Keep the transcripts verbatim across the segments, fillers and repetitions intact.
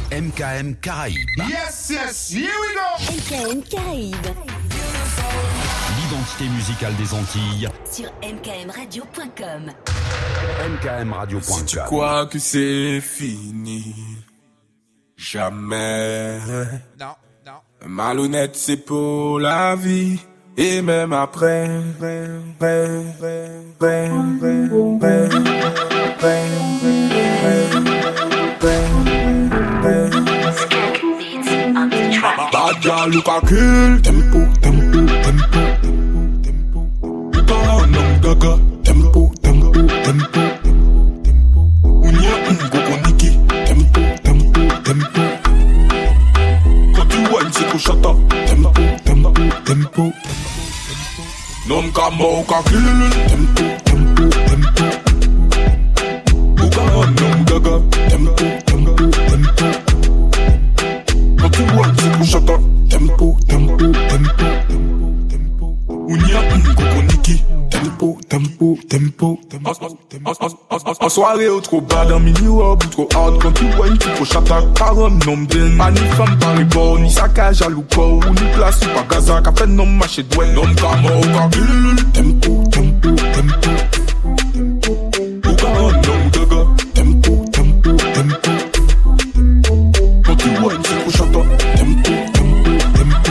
M K M Caraïbes. Yes, yes, here we go. M K M Caraïbes. L'identité musicale des Antilles. Sur M K M radio point com. M K M radio point com. Si tu crois que c'est fini, jamais. Non, non. Malhonnête, c'est pour la vie. Et même après, bad girl, look a kill. Tempo, tempo, tempo, tempo, tempo. Look a non gaga. Tempo, tempo, tempo, tempo, tempo. Unya ungo koniki. Tempo, tempo, tempo. Quand tu whines, c'est qu'on chata. Tempo, tempo, tempo. Non kamo ka kill. Tempo, tempo, tempo. Look a non gaga. Tempo, tempo, tempo. Quand tu vois, c'est qu'on chata. Tempo, tempo, tempo, tempo, tempo. Unia ungo koniki. Tempo, tempo, tempo, tempo. En soirée ou trop bad, en mini ou trop hard. Quand tu vois une trop chata, carom non bien. Mani femme par les bords, ni saccage à l'ouko. Ou ni place ou pas gaza, qu'a fait non marché douane. Non kamo ka kill. Tempo, tempo, tempo, tempo. Ouka non gaga. Tempo, tempo, tempo. Quand tu vois une trop chata. Tempo, tempo, tempo.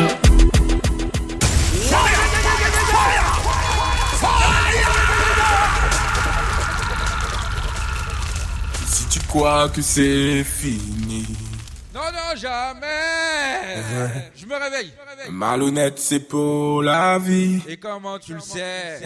Si tu crois que c'est fini, Non, non, jamais. Je me réveille. malhonnête, c'est pour la vie. Et comment tu le sais?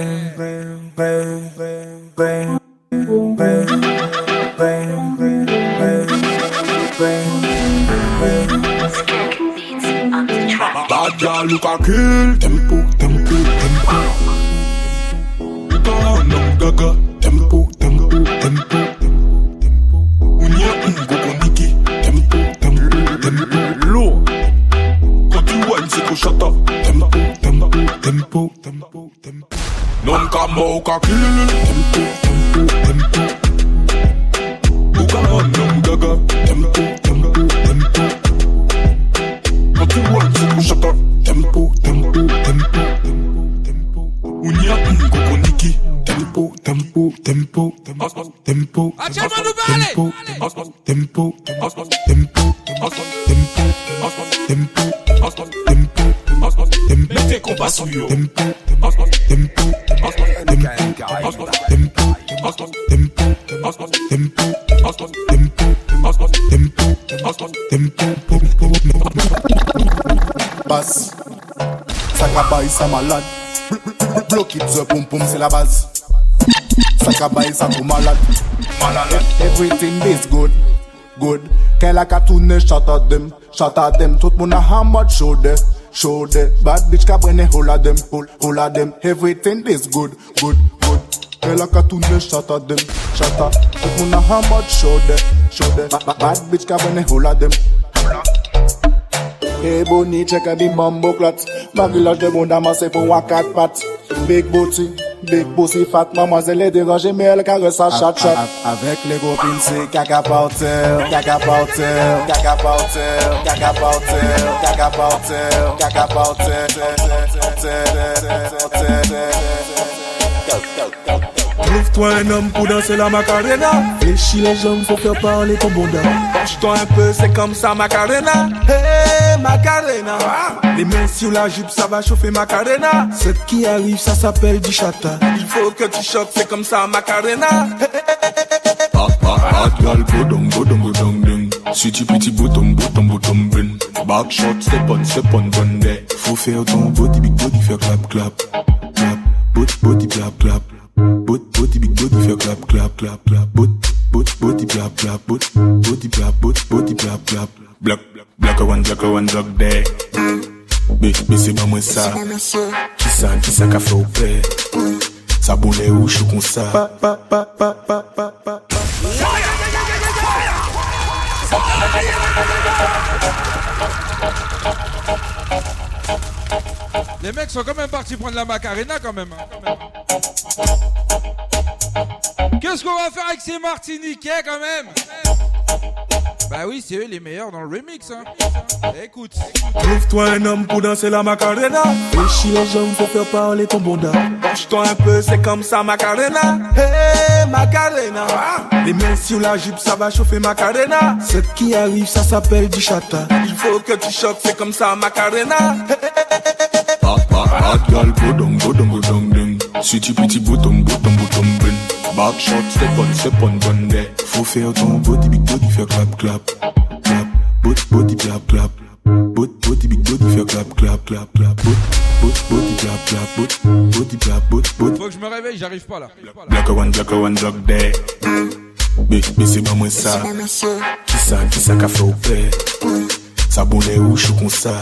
Bad girl, look a kill. Tempo, tempo, tempo. Look a non gaga. Tempo, tempo, tempo, tempo. Unia ungo koniki. Tempo, tempo, tempo. Lourd. Quand tu whines, c'est qu'on chata. Tempo, tempo, tempo, tempo, tempo. Non kamo ka kill. Tempo, tempo, tempo. Look a non gaga. Tempo, tempo, tempo. Quand tu vois, c'est qu'on chata. Tempo, tempo, tempo, tempo, tempo. Unia ungo koniki. Tempo, tempo, tempo, tempo, tempo. Ah, tiens, va nous parler. Tempo, tempo, tempo, tempo, tempo, tempo, tempo, tempo. Mettez qu'on passe au yo. Tempo, tempo, tempo, tempo, tempo, tempo, tempo. Basse, ça cabaye, ça malade. Block it, the pom pom, c'est la base. Ça cabaye, ça trop malade. Malade. Everything is good, good. Qu'elle a qu'à tourner, shout at them, shout at them. Tout moun a hammer, show them, show them. Bad bitch ka brene, hold at them, hold, hold at them. Everything is good, good, good. Qu'elle a qu'à tourner, shout at them, shout at. Tout moun a hammer, show them, show them. Bad bitch ka brene, hold at them. Hey Bonnie, check a the bumbo clot. Ma village de monde amassé pour un quatre pattes. Big booty, big pussy fat. Mademoiselle est dérangée mais elle caresse sa chat chat. Avec les copines c'est caca powder, caca powder, caca powder, caca powder, caca powder, caca powder. Trouve-toi un homme pour danser la Macarena. Fléchis les jambes, faut faire parler ton bonda. Penche-toi un peu, c'est comme ça Macarena. Hey Macarena. Les mains sur la jupe, ça va chauffer Macarena. Cette qui arrive, ça s'appelle du chata. Il faut que tu choques, c'est comme ça Macarena. Ah ah, hot girl, bodong, bodong, bodong, ding. Sweetie petit bottom, bottom, bottom, bin. Back shot, step on, step on, run there. Faut faire ton body, big body, faire clap, clap. Clap, body, body, clap, clap. Bot, body, big body, faire clap, clap, clap, clap. Bot, bot, body, clap, clap. Bot, body, clap, bot, body, clap, clap. Block, block a one, block a one, block there. Mais, mais c'est pas moi ça. Qui ça, qui ça qu'a fait au père? Ça boule où je suis comme ça. Pa, pa, pa, pa, pa, pa, pa. Les mecs sont quand même partis prendre la Macarena quand même. Hein, quand même. Qu'est-ce qu'on va faire avec ces Martiniquais quand même? Bah oui, c'est eux les meilleurs dans le remix, hein. Écoute. Trouve-toi un homme pour danser la Macarena. Réchis les jambes, faut faire parler ton bonda. Penche-toi un peu, c'est comme ça Macarena. Hey Macarena. Les mains sur la jupe, ça va chauffer Macarena. Ce qui arrive, ça s'appelle du chata. Il faut que tu choques, c'est comme ça Macarena. Hot, hot, hot girl, go down, go down, go down, down. Sweetie pretty bottom, bottom, bottom, bun. Back shot, step on, step on, gun there. Faut faire ton body, big body, faire clap, clap. Clap, body, body, clap, clap. Body, body, big body, faire clap, clap, clap, clap. Body, body, clap, clap. Body, body, clap, body, body. Faut que je me réveille, j'arrive pas là. Black one, black one, black there. Mais, mais c'est pas moi ça. Qui ça, qui ça qu'a fait au père? Ça bonnet ou chou comme ça.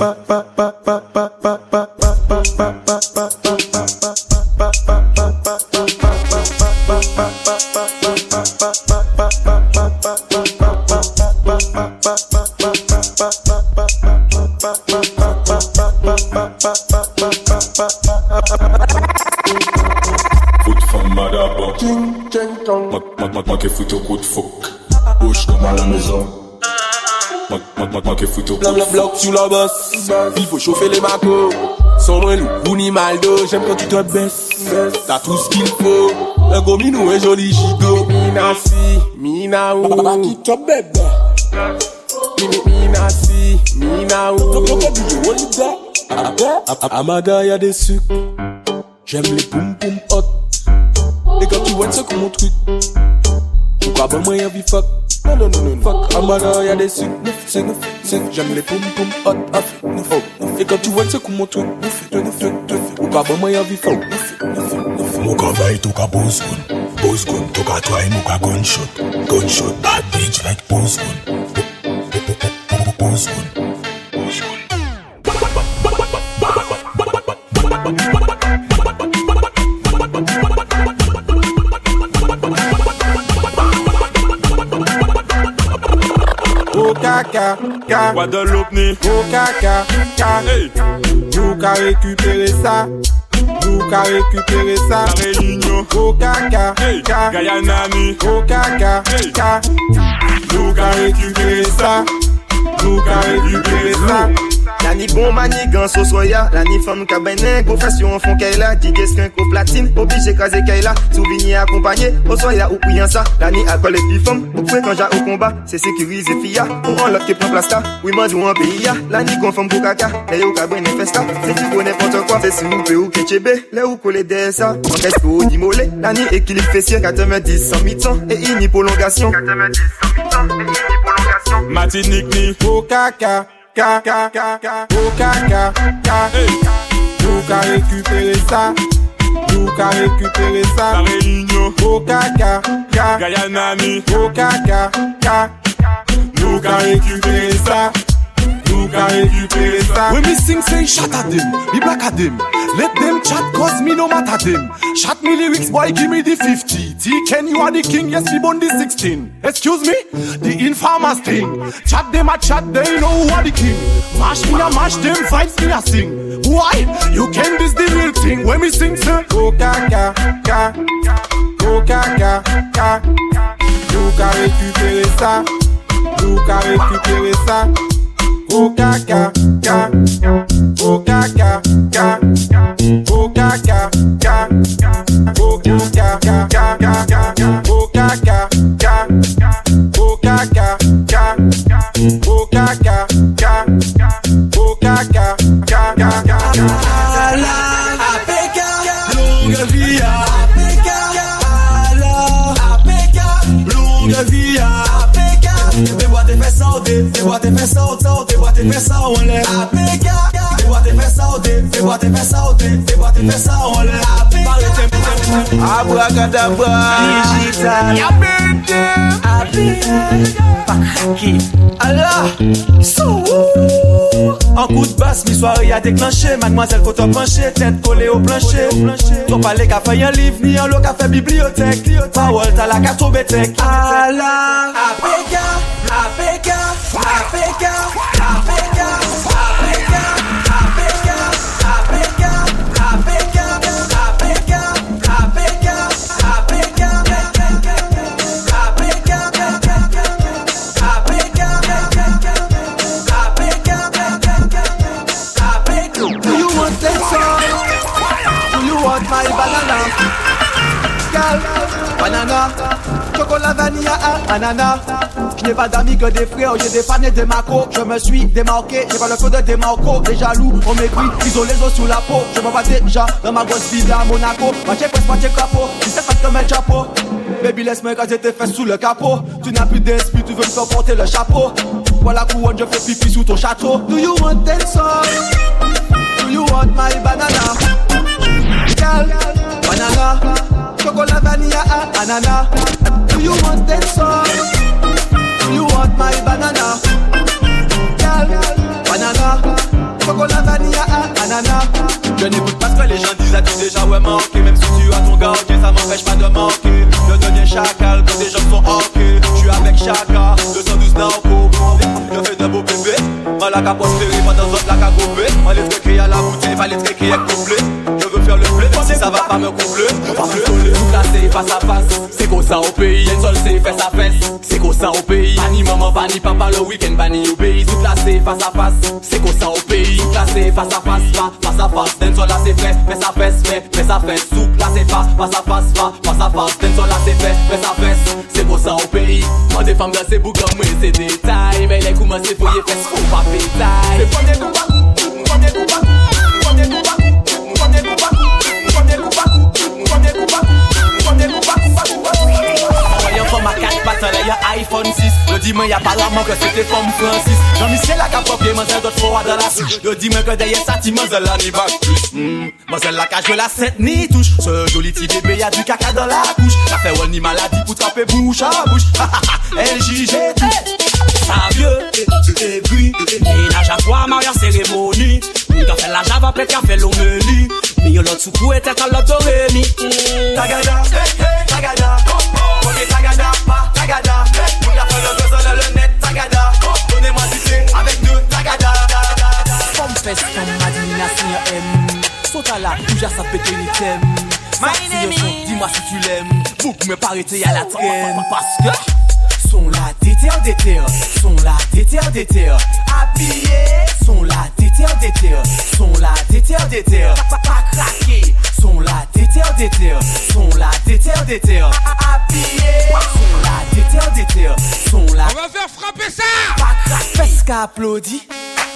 Foot from Madaba. Moi qui fout au coup de fuck. Bouge comme à la maison. Moi qui fout au coup de fuck. Bloc sur la bosse. Il faut chauffer les macos. Sans moi loup, Unimaldo. J'aime quand tu te baisses. T'as tout ce qu'il faut. Un gomino, un joli gigot. Mina si, mina ou. Qui te bébé. Mina si, mina ou. Amada y'a des sucres. J'aime les poum poum hot. Et quand tu vois ça comme mon truc. Pourquoi pas moi y'a vie fuck. Non non non non fuck. Amada y'a des sucres. J'aime les poum poum hot. Et quand tu vois ça comme mon truc. Pourquoi pas moi y'a vie fuck. Moka vai toka boss gun, boss gun toka try moka gunshot, gunshot bad bitch like boss gun, boss gun, boss gun. Oh caca, caca, Guadeloupe ni. oh caca, caca, Hey, nous qu'a récupéré ça. Nous qu'a récupéré ça. la Réunion. Oh caca, Hey, caca, Guyana ni. oh caca, Hey. caca. Nous qu'a récupéré ça. Nous qu'a récupéré ça. La ni bon manigance au soya, la ni femme cabane, profession font qu'elle a, dit qu'un co platine, obligé craser qu'elle a, souvenir accompagné, au soya ou priant ça, la ni alcool et puis femme, ou quand j'ai au combat, c'est sécurisé fia, ou en l'autre qui prend place là, oui moi ou en pays, la ni conforme pour caca, les ou cabane festa, c'est tu connais n'importe quoi, c'est si ou peu ou ketchebe, les ou coller des ça, en reste pour dimolé, la ni équilibre fessier, quatre-vingt-dix, cent mi-temps, et ini prolongation, quatre-vingt-dix, cent mi-temps, et ini prolongation, Martinique ni. Oh caca, caca, caca, oh caca, caca. Hey, Nous qu'a récupéré ça. Nous qu'a récupéré la ça. Réunion. Oh caca, caca, Guyana ni. oh caca, caca. Nous qu'a récupéré ça. Nous qu'a récupéré ça. When me sing say shot at them, me black at them. Let them chat cause me no matter them. Shot me lyrics boy give me the fifty. T Ken you are the king, yes me born the sixteen. Excuse me, the infamous thing. Chat them a chat, they know who are the king. Mash me a mash them, vibes me a sing. Why? You can this the real thing. When me sing say Oh caca, caca, oh caca, caca. Nous qu'a récupéré ça. Nous qu'a récupéré ça. Oh caca, caca, oh caca, caca, oh caca, caca, oh caca, caca, oh caca, caca, oh caca, caca, oh caca, caca, oh caca, caca. A P K, longue vie à A P K, A P K, longue vie à A P K. Des boîtes et fait sauter, des boîtes et fait sauter, des boîtes et fait ça on l'air. A P K, des boîtes et fait sauter, des boîtes et fait sauter, des boîtes et fait ça on l'air. A P K, Abracadabra, digital, A P K, Allah, so en coup de basse, mi soirée a déclenché. Mademoiselle faut te pencher, tête collée au plancher. Ton palais qu'a fait un livre, ni un lot qu'a fait bibliothèque. Parole t'as la carte au bétec. Allah, A P K, A P K, A P K, A P K, A P K, A P K, A P K, A P K, A P K, A P K, A P K, A P K, A P K, A P K. my banana? Gal, banana, chocolat vanilla, ananas. Je n'ai pas d'amis que des frères, j'ai des fans et des macos. Je me suis démarqué, j'ai pas le feu de démarco. Les jaloux, on m'écrit, ils ont les os sous la peau. Je me vois déjà dans ma grosse villa à Monaco. Moitié presse, moitié capot, tu sais pas te mettre chapeau. Baby, laisse-moi écraser tes fesses sous le capot. Tu n'as plus d'esprit, tu veux me faire porter le chapeau. Voilà couronne, je fais pipi sous ton château. Do you want that song? Do you want my banana? Gal, banana, chocolat vanilla, ananas. Do you want that song? Do you want my banana? Gal, banana, chocolat vanilla, ananas. Je n'écoute pas ce que les gens disent, as-tu déjà ouais manqué? Même si tu as ton gars, ok, ça m'empêche pas de manquer. Je deviens chacal quand les gens sont ok. Je suis avec Chaka, deux cent douze narcos. Je fais de beaux bébés, mal à prospérer, pas dans autres lacs à couper. Fallait te créer à la bouteille, fallait te créer avec complet. Je veux faire le blé, même si ça va pas me combler. Pas me coller, tout casser face à face. C'est comme ça au pays, y'a une seule c'est fesse à fesse. C'est comme ça au pays, pas ni maman, pas ni papa, le week-end, pas ni au pays. Tout classé face à face, c'est comme ça au pays. Tout classé face à face, pas face à face. D'un seul là c'est fait, fesse à fesse, fait, fesse à fesse. Tout classé face, face à face, pas face à face. D'un seul là c'est fait, fesse à fesse. C'est comme ça au pays. Moi des femmes dans ces boucles comme moi c'est détail. Mais les coups moi c'est fouillé, fesse, faut pas pétaille. C'est pas des coups à coups, pas des coups à coups, pas des coups à coups, pas des coups à coups, pas des coups à coups, pas des coups à coups, pas des coups à coups. Envoyant comme à quatre pattes, là y'a iPhone six. Le dis-moi y'a pas vraiment que c'était comme Francis. Jean-Michel a qu'à papier, moi c'est d'autres fois dans la souche. Le dis-moi que derrière ça, tu m'en la ni bac plus. Moi c'est la cage de la sept ni touche. Ce joli petit bébé y'a du caca dans la couche. Ça fait one ni maladie pour trapper bouche à bouche. L J G tout. Ça vieux, et puis, ménage à quoi, mariage cérémonie. Moun ka fait la java, peut ka fait l'homélie. Mais y'a l'autre soukou et tête à l'autre d'orémi. Tagada, tagada, ok tagada, pas tagada. Moun ka fait le besoin dans le net, tagada. Donnez-moi du thé avec deux tagada. Comme fesse, comme Madina, Seigneur M. Saute à la couche, ça pété l'item. Dis-moi si tu l'aimes. Beaucoup me paraît à la traîne. Parce que sont là, déter, déter, sont là, déter, déter, habillés, sont là, déter, déter, sont là, déter, déter, pas craquer, sont là, déter, déter, sont là, déter, déter, habillés, sont là, déter, déter, sont là. On va faire frapper ça. Pas craquer, parce qu'applaudit.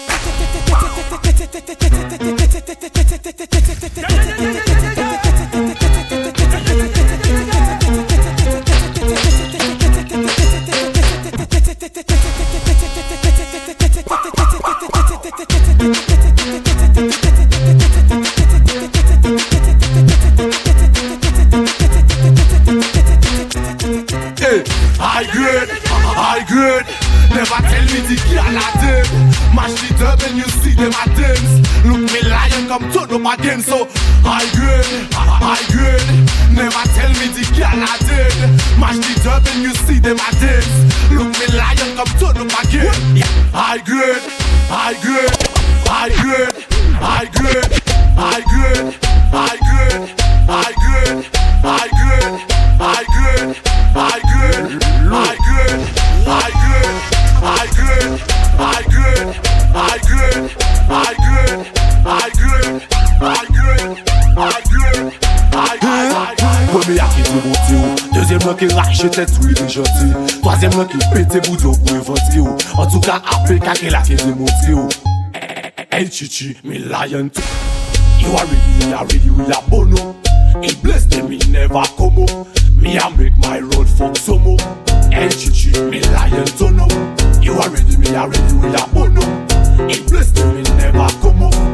High grade, high grade. Never tell me the girl I did. Mash it up and you see them at dance. Look me lion come turn up again. So high grade, high grade. Never tell me the girl I did. Mash it up and you see them at dance. Look me lion come turn up again. High grade, high grade, high grade, high grade, high grade, high grade, high grade, high grade, high grade, high grade, high grade, high grade, high grade, high grade, high grade, high grade, high grade, high grade, high grade, high grade. Premier à qui te monte, deuxième là qui rache tête tout il est gentil, troisième là qui pète boudou pour inventer. En tout cas après qu'à là qui te montre. Hey chichi, me lion too. You are ready, me are ready, we are bono. He bless them, me never come up. Me I make my road fuck some more. Hey chichi, me lion don't know. You are ready, me are ready, we are bono. He bless them, me never come up.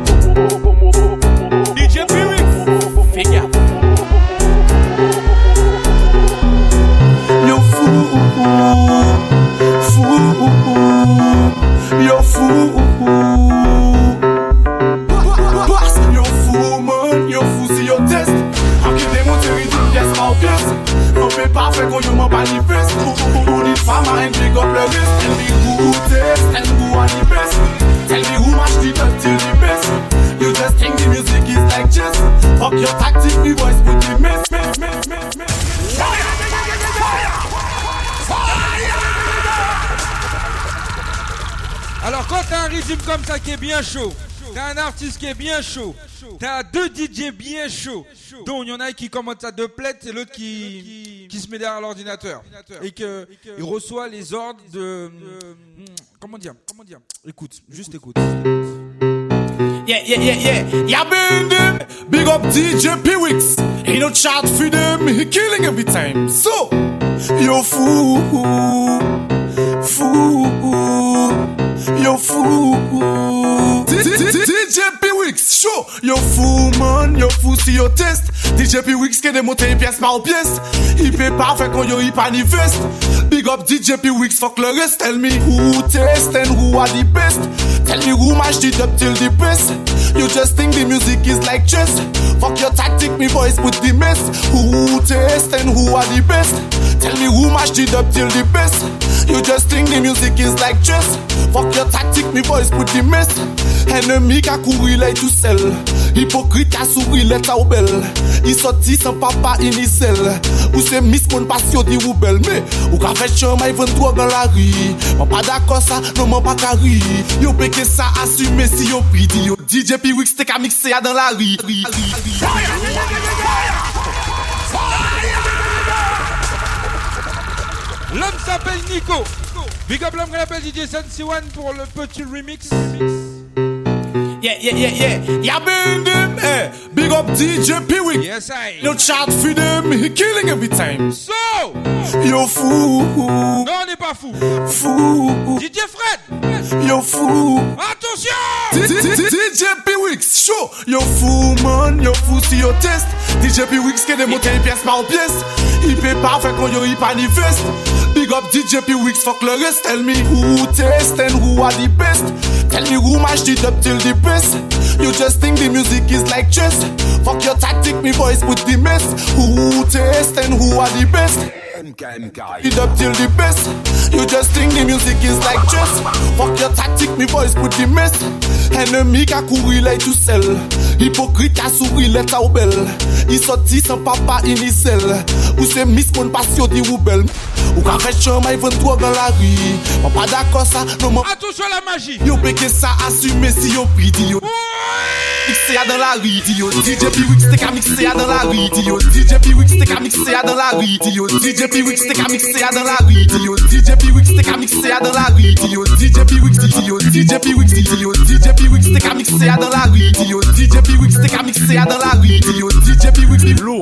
D J Pyrrhic, figure. You're fool, fool, you're fool. Non mais pas fait qu'on y m'en manifeste. On dit femme à un big up le reste. Tell me who test, tell me who are the best. Tell me who match the top till the best. You just think the music is like chess. Fuck your tactic, me voice put the mess, mess, mess, mess, mess. Fire! Fire! Alors quand t'as un rythme comme ça qui est bien chaud, t'as un artiste qui est bien chaud, T'as deux D J bien chauds. Donc il y en a un qui commente ça de plaide et l'autre qui, qui se met derrière l'ordinateur. Et qu'il reçoit les ordres de... Comment dire Comment dire Écoute, juste écoute. Yeah, yeah, yeah, yeah. Yeah, bring them. Big up D J P-Wix. He no chat for them. He killing every time. So, yo fool. Fool. Yo fool. D J P-Wix, show. Yo fool, man. Yo fool, si yo test. D J P-Wix qui démonte pièce par pièce. Il fait parfait quand yo y manifeste. Big up D J P-Wix, fuck le rest. Tell me who test and who are the best. Tell me who mashed it up till the best. You just think the music is like chess. Fuck your tactic, me voice put the mess. Who test and who are the best. Tell me who mashed it up till the best. You just think the music is like chess. Fuck your tactic, me voice put the mess. Ennemi qui a couru là tout seul. Hypocrite qui a souri là ta ou belle. Il sorti sans papa initial. Ou c'est Miss Mon Passion di rebelle. Mais ou qu'a fait chemin vingt-trois dans la rue. Moi pas d'accord ça, non moi pas carré. Yo péké ça assumer si yo pris di yo. D J P-Wix t'es qu'à mixer dans la rue. L'homme s'appelle Nico. Big up l'homme qu'on appelle D J Sensi One pour le petit remix. Yeah, yeah, yeah, yeah. Yeah, bring them. Eh. Big up D J P-Wix. Yes, I. No chat for them. He killing every time. So. Yo fou. Non, on n'est pas fou. Fou. D J Fred. Yo fou. Attention. D J P-Wix, show. Yo fou, man. Yo fou si yo test. D J P-Wix qui démonte pièce par pièce. Il fait parfait quand yo y manifeste. Big up D J P-Wix, fuck le rest. Tell me who test and who are the best. Tell me who mashed it up till the best. You just think the music is like chess. Fuck your tactic, me voice put the mess. Who test and who are the best. M K M Caraïbes. It up till the best. You just think the music is like chess. Fuck your tactic, me voice put the mess. Ennemi qui a couru là tout seul. Hypocrite qui a souri là ta ou belle. Il sorti sans papa initial. Ou c'est Miss Mon Passion di rebelle. Ou qu'a fait chemin vingt-trois dans la rue. Moi pas d'accord ça, non moi. Attention à la magie. Yo péké ça assumer si yo pris di yo. Mixer dans la rue, di yo. D J P-Wix t'es qu'à mixer dans la rue, di yo. D J P-Wix t'es qu'à mixer dans la rue, di yo. D J P-Wix t'es qu'à mixer dans la rue, di yo. D J P-Wix t'es qu'à mixer dans la rue, di yo. D J P-Wix, di yo. D J P-Wix, di yo. D J P-Wix t'es qu'à mixer dans la rue, di yo. D J P-Wix t'es qu'à mixer dans la rue, di yo. D J P-Wix di lourd.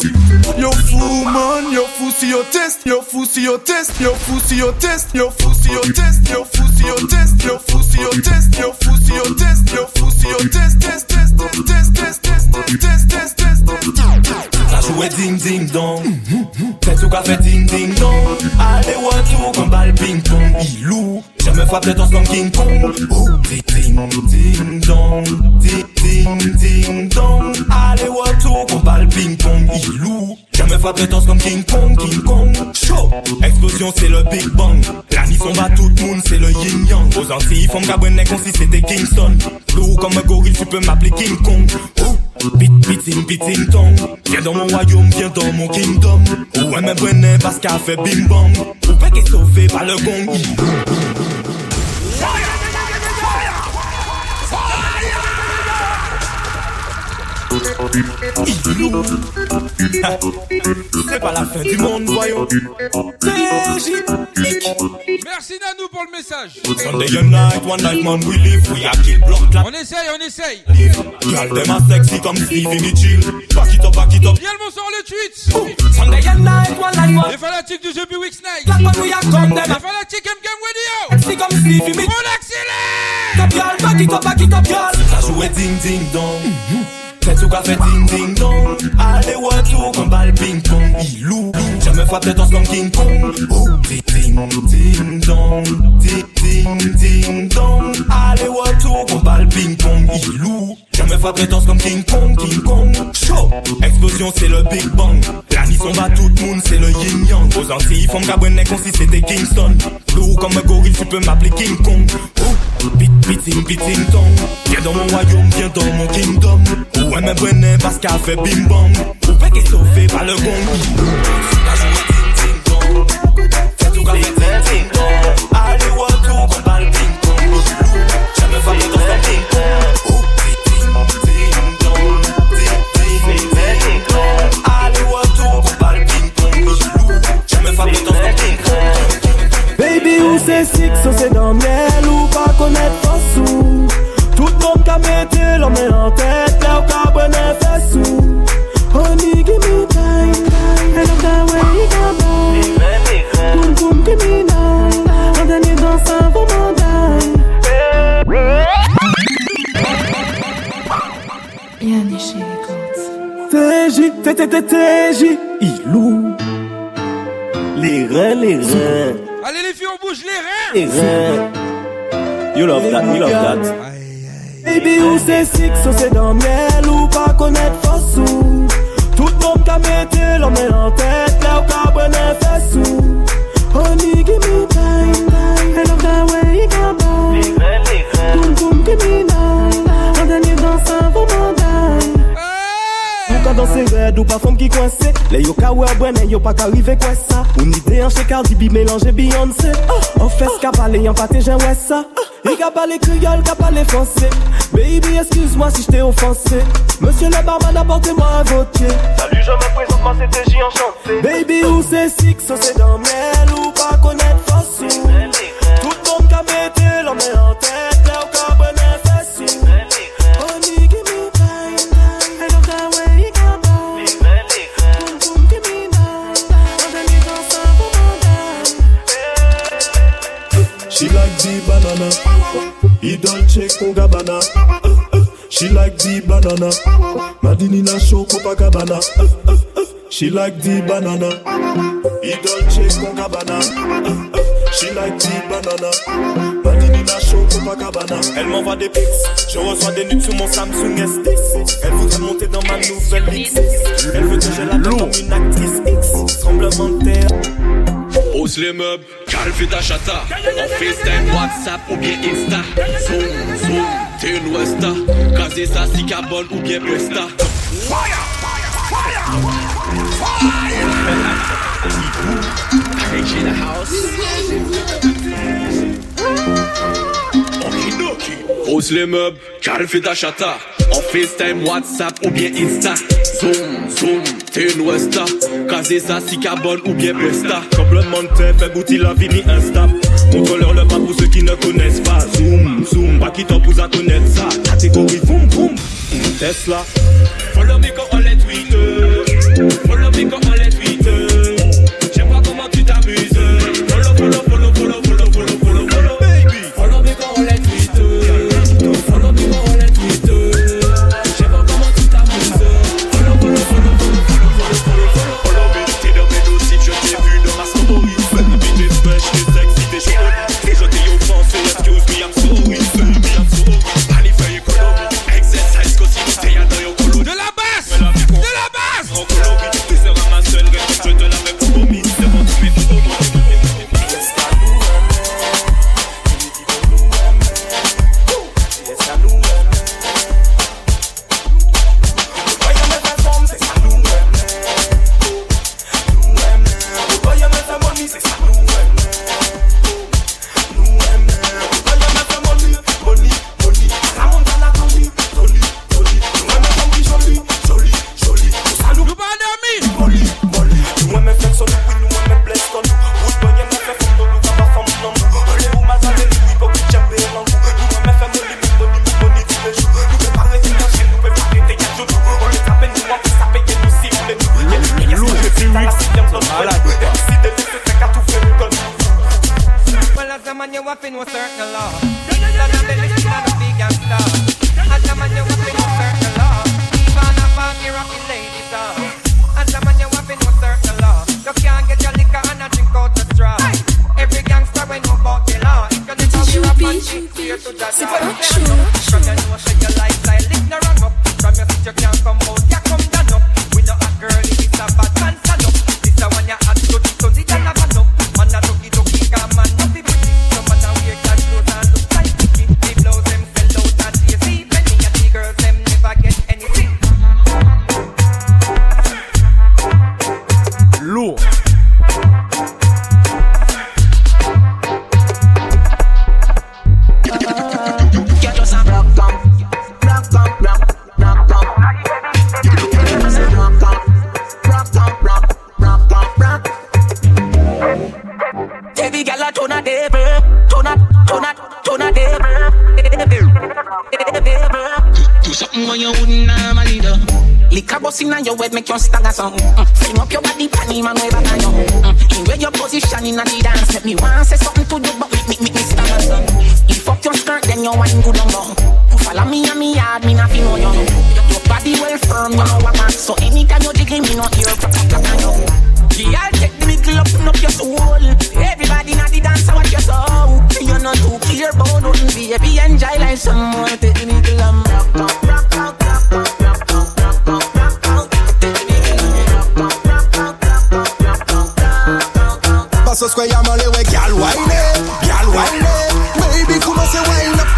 Yo fou man, yo fou si yo test, yo fou si yo test, yo fou si yo test, yo fou si yo test, yo fou si yo test, yo fou si yo test, yo fou si yo test, yo fou si yo test, test test test test test test test test test. Ça jouait ding ding dong. C'est tout qu'a fait ding ding dong. Allez retour comme balle ping pong. Il loue. Je me frappe de danse comme King Kong. Oh, ding ding ding dong. Ding ding ding dong. Allez retour comme balle ping pong. Il loue. Je me frappe de danse comme King Kong. King Kong. Show. Explosion c'est le Big Bang. La nuit s'en bat tout le monde c'est le yin yang. Aux Antilles font cabrenet comme si c'était Kingston. Lourd comme un gorille tu peux m'appeler King Kong. Oh. Bit, biting, biting, tong. Viens dans mon royaume, viens dans mon kingdom. Ou elle me prenait parce qu'elle fait bim bam. Ou pas qu'elle est sauvée par le gong. C'est pas la fin du monde, voyons. Merci Nanou pour le message. Sunday night, one night man we live. We a kill block clap. On essaye, on essaye. Girl them a sexy comme Stevie Mitchell. Back it up, back it up. Bien le bonsoir le tweet. Sunday night, one night man. Les fanatiques du jeu P-Wix Night. Black man we a come them. Les fanatiques M K M Radio. Sexy comme Stevie Mitchell. On accélère. Top girl, back it up, back it up girl. Ça jouait ding ding dong. C'est tout qu'a fait ding ding dong. Allez retour comme balle ping pong. Il loue. Je me frappe de danse comme King Kong. Oh, ding ding ding dong. Ding ding ding dong. Allez retour comme balle ping pong. Il loue. Je me frappe de danse comme King Kong. King Kong. Show. Explosion c'est le Big Bang. La nuit s'en bat tout le monde c'est le yin yang. Aux Antilles font cabrenet comme si c'était Kingston. Lourd comme un gorille tu peux m'appeler King Kong. Oh, bit, biting, biting, tong. Viens dans mon royaume, viens dans mon kingdom. Ou elle me prenait parce qu'elle fait bim bam. Ou pas qu'elle est sauvée par le gong. La journée ding ding dong. C'est tout qu'elle fait ding ding dong. Allez retour comme balle ping pong. Je me frappe dans son King Kong. Oh, ding ding dong. T T T T J, Ilou. Les reins, les reins. Allez les filles, on bouge les reins. Les reins. You love that, you love that. Baby, ou c'est six, ou c'est dans miel, ou pas connaître Fossou. Tout le monde qui a mis l'homme en tête, là où qu'a bonne fessou. Honey, give me time, time. I love the way you come by. Les reins, les reins. Boom, boom, give me nine. And then you dance un bon mandat. Ou ka danse red ou pa femme qui coincé. Les yo ka wè brene yo pa ka rive quoi ça. Une idée en chez Cardi B mélanger Beyoncé. On fait ce qu'a parlé en pâté j'en ouais ça. Il ka parlé créole, ka parlé français. Baby excuse-moi si je t'ai offensé. Monsieur le barman apportez-moi un vodka. Salut je me présente moi c'est T J enchanté. Baby ou c'est six, ou c'est dans miel ou pas connaître Fossou. Tout le monde ka mette l'homme en tête. Là où ka bonne fessou. Honey give me time, time. I love the way you come by. Boom boom give me nine. And then you dance un bon mandat. She like the banana. He Dolce con Gabbana. She like the banana. Madinina show Copacabana. She like the banana. He Dolce con Gabbana. She like the banana. Madinina show Copacabana. Elle m'envoie des pics. Je reçois des nudes sur mon Samsung S dix. Elle voudrait monter dans ma nouvelle X. Elle veut que je l'appelle comme une actrice X. Tremblement de terre. Hausse les meubles, calme fait ta chata. En FaceTime, WhatsApp ou bien Insta. Zoom, zoom, t'es une Westa. Casé ça, si carbone ou bien Presta. Fire, fire, fire, fire. the house. Okidoki. Hausse les meubles, calme fait ta chata. En FaceTime, WhatsApp ou bien Insta. Zoom, zoom, t'es une Westa. Casé ça, si carbone ou bien Presta. Complément de terre, fait goûter la vie mi instable. Montre-leur le pas pour ceux qui ne connaissent pas. Zoom, zoom, pas qui t'en pousse à connaître ça. Catégorie, boum, boum, Tesla. Follow me quand on les tweet. Follow me quand on les tweet. J'aime pas comment tu t'amuses. Follow, follow, follow, follow, follow, follow, follow, follow, baby. Follow me quand on les tweet. Follow me quand on les tweet. J'aime pas comment tu t'amuses. Follow, follow, follow, follow, follow, follow, follow, follow me. T'es dans mes dossiers, je t'ai vu dans ma story. Baby, t'es fresh, t'es sexy, t'es chaud. Je t'ai offensé, excuse me, I'm sorry. Baby, I'm sorry. Allez, fais économie. Exercise, continue, t'es à dans your colo. De la basse! De la basse! En Colombie, tu seras ma seule reine. Je te l'avais promis. Devant tous mes filles. Make you stagger song. Mm. Fling up your body, panty man, way back on you. Mm. In where your position in the dance, make me want say something to you, but make me make me stagger song. You fuck your skirt, then you wine good on long. Follow me and me yard, me nothing know you. Your body body well firm, you know what man. So anytime you jiggle me, no ear crack crack on you. Yeah, I'll take the middle up, up your soul. Everybody not the dance, what you saw. You're not too clear about nothing, baby. Enjoy like someone. Take the middle and rock, rock, rock, rock, rock, rock, rock, rock, rock, rock, rock, rock. Take the middle and rock, rock, rock, rock, rock, rock, rock, rock, rock. Paso square yamale we gal wine, gal wine. Baby, come say wine up,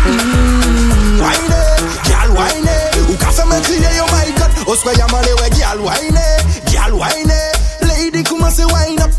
mm, wine, gal wine. Ou ka fait me crier, oh my God. O square yamale we gal wine, gal wine. Lady, come say wine up,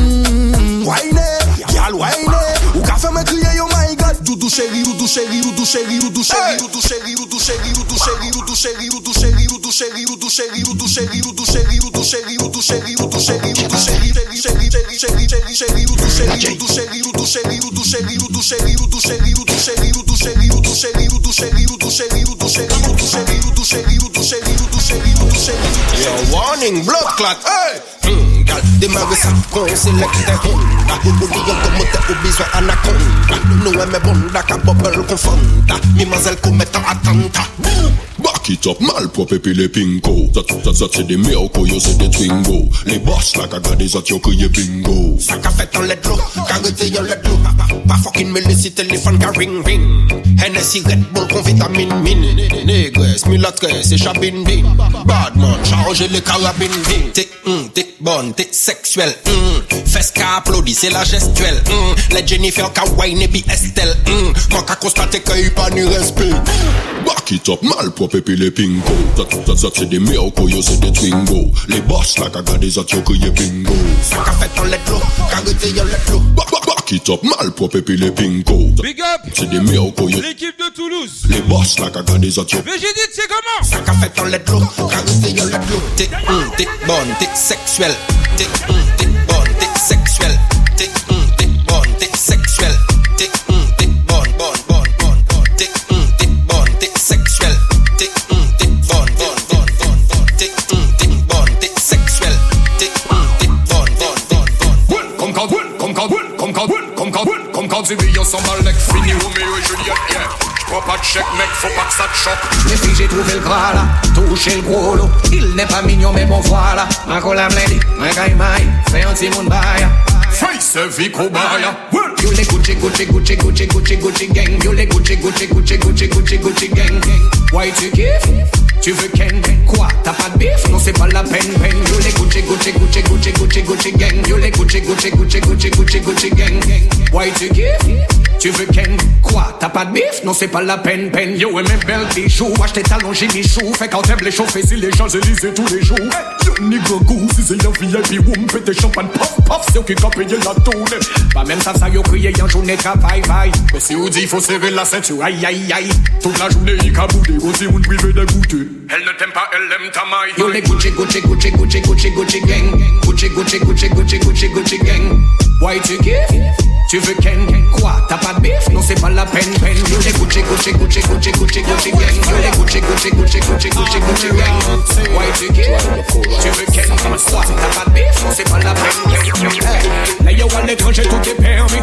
mm, wine, gal wine. Ou ka fait me crier, oh my God. Doudou chéri, doudou chéri, doudou chéri, doudou chéri, doudou chéri, doudou chéri, doudou chéri, doudou chéri, doudou chéri, doudou chéri, doudou chéri, doudou chéri, doudou chéri, doudou chéri, doudou chéri, doudou chéri, doudou chéri, chéri, chéri, chéri, chéri, chéri, chéri, doudou chéri, doudou chéri, doudou chéri, doudou chéri, doudou chéri, doudou chéri, doudou chéri, doudou chéri, doudou chéri, doudou chéri, doudou chéri, doudou chéri, doudou chéri, doudou chéri, doudou chéri, doudou chéri, doudou chéri. Yo, warning, blood clot, hey! Hmm, gal, démarre ça, qu'on sélecte Honda. Oublions comment t'es au besoin anaconda. Nous aimons bonda, qu'à bubble confonda. Mimazelle commettant attentat. Back it up, mal propre puis les pinko. Ça, ça, ça, c'est des meoco, yo, c'est des twingo. Les boss, là, qu'a des atio, crié bingo. Ça qu'a fait en let l'eau, carité yon let l'eau. Pas fucking me laisser téléphone, qu'a ring ring. Hennessy, Red Bull, con vitamine, mine. Négresse, mulâtresse, et chabine, bin. Badman, chargez les carabines, bin. T'es, hum, t'es bonne, t'es sexuelle, hum. Fesse qu'a applaudi, c'est la gestuelle, hum. Les Jennifer, qu'a wine, et puis Estelle, hum. Moi qu'a constaté qu'il y a pas ni respect. Back it up, mal propre puis les pinko. Ça, ça, ça, c'est des meoco, yo, c'est des twingo. Les boss, là, qu'a des atio, crié bingo. Ça qu'a fait en let l'eau, carité yon let l'eau. Back it up, mal propre puis les pinko. Big up, c'est des meoco, yo. L'équipe de Toulouse. Les boss, là, qu'a des atio. Mais j'ai dit, c'est comment? Ça qu'a fait en let l'eau, carité yon let l'eau. T'es, hum, t'es bonne, t'es sexuelle. T'es, hum, t'es bonne, t'es sexuelle. T'es, hum, t'es bonne, t'es sexuelle. T'es, hum, t'es bonne, bonne, bonne, bonne, bonne. T'es, hum, t'es bonne, t'es sexuelle. T'es, hum, t'es bonne, bonne, bonne, bonne, bonne. T'es, hum, t'es bonne, t'es sexuelle. T'es, hum, t'es bonne, bonne, bonne, bonne. Comme quand, comme quand, comme quand, comme quand, comme quand tu billes ensemble avec Fini, Roméo et Juliette, yeah. J'prends pas de chèque, mec, faut pas que ça te choque. Les filles, j'ai trouvé le gras là, touché le gros lot. Il n'est pas mignon, mais bon voilà. Ma cola blendée, ma caille maille, fais un petit monde baille. Face vie cobaya. You les Gucci, Gucci, Gucci, Gucci, Gucci, Gucci gang. You les Gucci, Gucci, Gucci, Gucci, Gucci, Gucci gang. Why tu kiffes? Tu veux ken? Quoi? T'as pas de bif? Non c'est pas la peine, peine. You les Gucci, Gucci, Gucci, Gucci, Gucci, Gucci gang. You les Gucci, Gucci, Gucci, Gucci, Gucci, Gucci gang. Why tu kiffes? Tu veux ken? Quoi? T'as pas de bif? Non c'est pas la peine, peine. Yo et mes belles bijoux, achète tes talons, j'ai mis chou. Fait quand t'aimes les chauffer, si les Champs-Élysées tous les jours. Yo nigga goût, si c'est un V I P room, pète des champagne, puff, puff, c'est eux qui ont payé la tournée. Pas même ça, ça yo crié en journée travail, vaille. Mais si on dit faut serrer la ceinture, aïe aïe aïe. Toute la journée il caboudé, on dit on privé de goûter. Elle ne t'aime pas, elle aime ta maille. Yo les Gucci, Gucci, Gucci, Gucci, Gucci, Gucci gang. Gucci, Gucci, Gucci, Gucci, Gucci, Gucci gang. Why tu kiffes? Tu veux ken? Quoi? T'as pas de bif? Non c'est pas la peine, peine. Yo les Gucci, Gucci, Gucci, Gucci, Gucci, Gucci gang. Yo les Gucci, Gucci, Gucci, Gucci, Gucci, Gucci gang. Why tu kiffes? Tu veux ken? Quoi? T'as pas de bif? Non c'est pas la peine. Là yo à l'étranger tout est permis.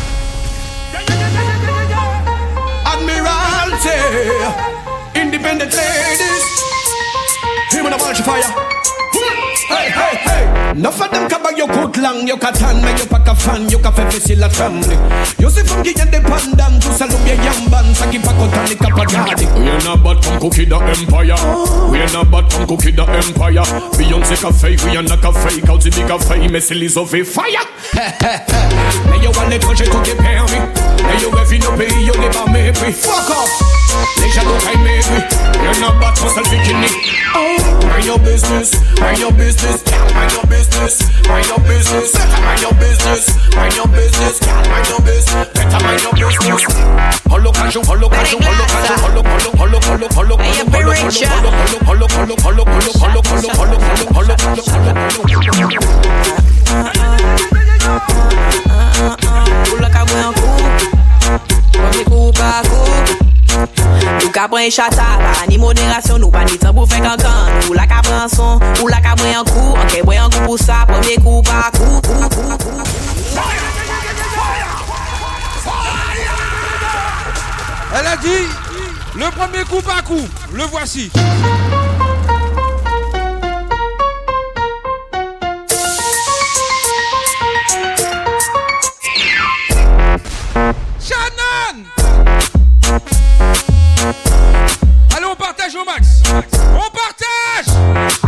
Admiralty, independent ladies. Here when I watch fire. Hey, hey, hey. Enough of them can buy your coat long, your catan, mais you pack a fan, you can faire facile la tremble. You see from qui y'a dépendant, tout ça l'oublie yamban, ça qui pas content les capagardi. We ain't not bad from cookie the empire. We ain't not bad from cookie the empire. Beyoncé café, we ain't not café, Kauti big café, mais c'est les over fire. Mais yo à l'étranger tout est permis. Mais yo rêve nos pays, yo n'est pas mépris. Fuck off. Les jaloux paient mépris. You're not bad for self-bikini. Mind your business, mind your business, mind your business, mind your business, mind your business, mind your business, mind your business, better mind your business. Holo casual, holo casual, holo casual, holo holo holo holo holo holo holo holo holo holo holo holo holo holo holo holo Ou la ka mwen kou, premier kou pa kou. Ou ka pren chata, pa ni modération, nou pa ni temps pou fè kankan. Ou la ka pren son, ou la ka mwen kou, anke mwen kou pou sa, premier kou pa kou, kou, kou, kou. Elle a dit, le premier coup par coup, le voici. Allez, on partage au max. On partage.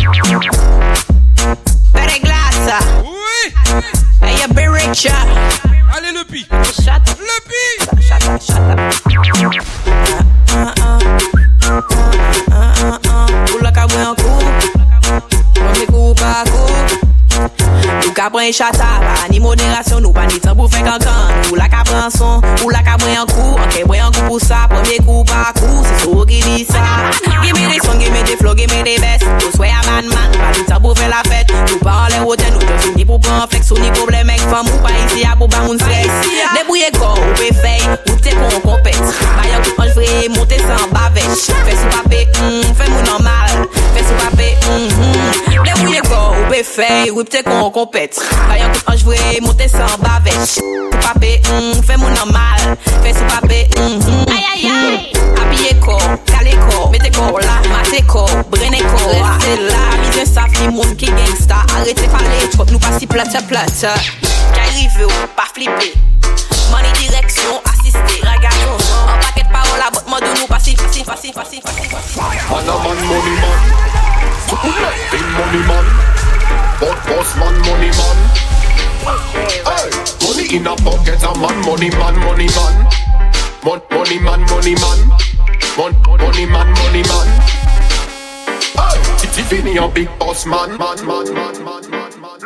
Better glass. Oui. Hey, you be rich. Allez, le pi. Shut up. Le pi. Shut up, shut up. Uh, uh, uh, uh, uh, uh. Ou la ka mwen kou. Premier coup par coup. Ou ka pren chata, pa ni modération, nou pa ni temps pour faire cancan. Ou la ka pren son, ou la ka pren coup. Ok, pren coup pour ça, premier coup par coup. C'est so qui dit ça. Give me the song, give me the flow, give me the best. Ou soit ya man man, pa ni temps pour faire la fête. Nou pa en les hôtels, nou te fini pour prendre flex. Ou ni problème avec femme, ou pas ici à pour ba moun flex. Débrouillez corps, ou pe fey, ou te kon compète. Bayan tout ange vrai, monter sans bavèche. Fais sous papé, mm, fais mou normal. Fais sous papé, mm, mm. Débrouillez corps, ou pe fey, ou te kon compète. Bayan tout ange vrai, monter sans bavèche. Sous papé, mm, fais mou normal. Fais sous papé, mm, mm. Aïe aïe aïe. Habillez corps, calé corps, mettez corps là, maté corps, brenez corps. Restez là, misez saf, ni moun qui gangsta. Arrêtez parler, trop nous pas si plate plate. Qu'arrive ou pas flipper. Money direction, assister, ragaton. Un paquet de paroles à botte, de nous passer, facile, facile, facile, facile. Man a man, money man. Big money man. Boss, boss man, money man. Hey, money in a pocket, a man, money man, money man. Mon, money man, money man. Mon, money man, money man. Hey, it's Tiffany a big boss man, man, man, man, man, man, man.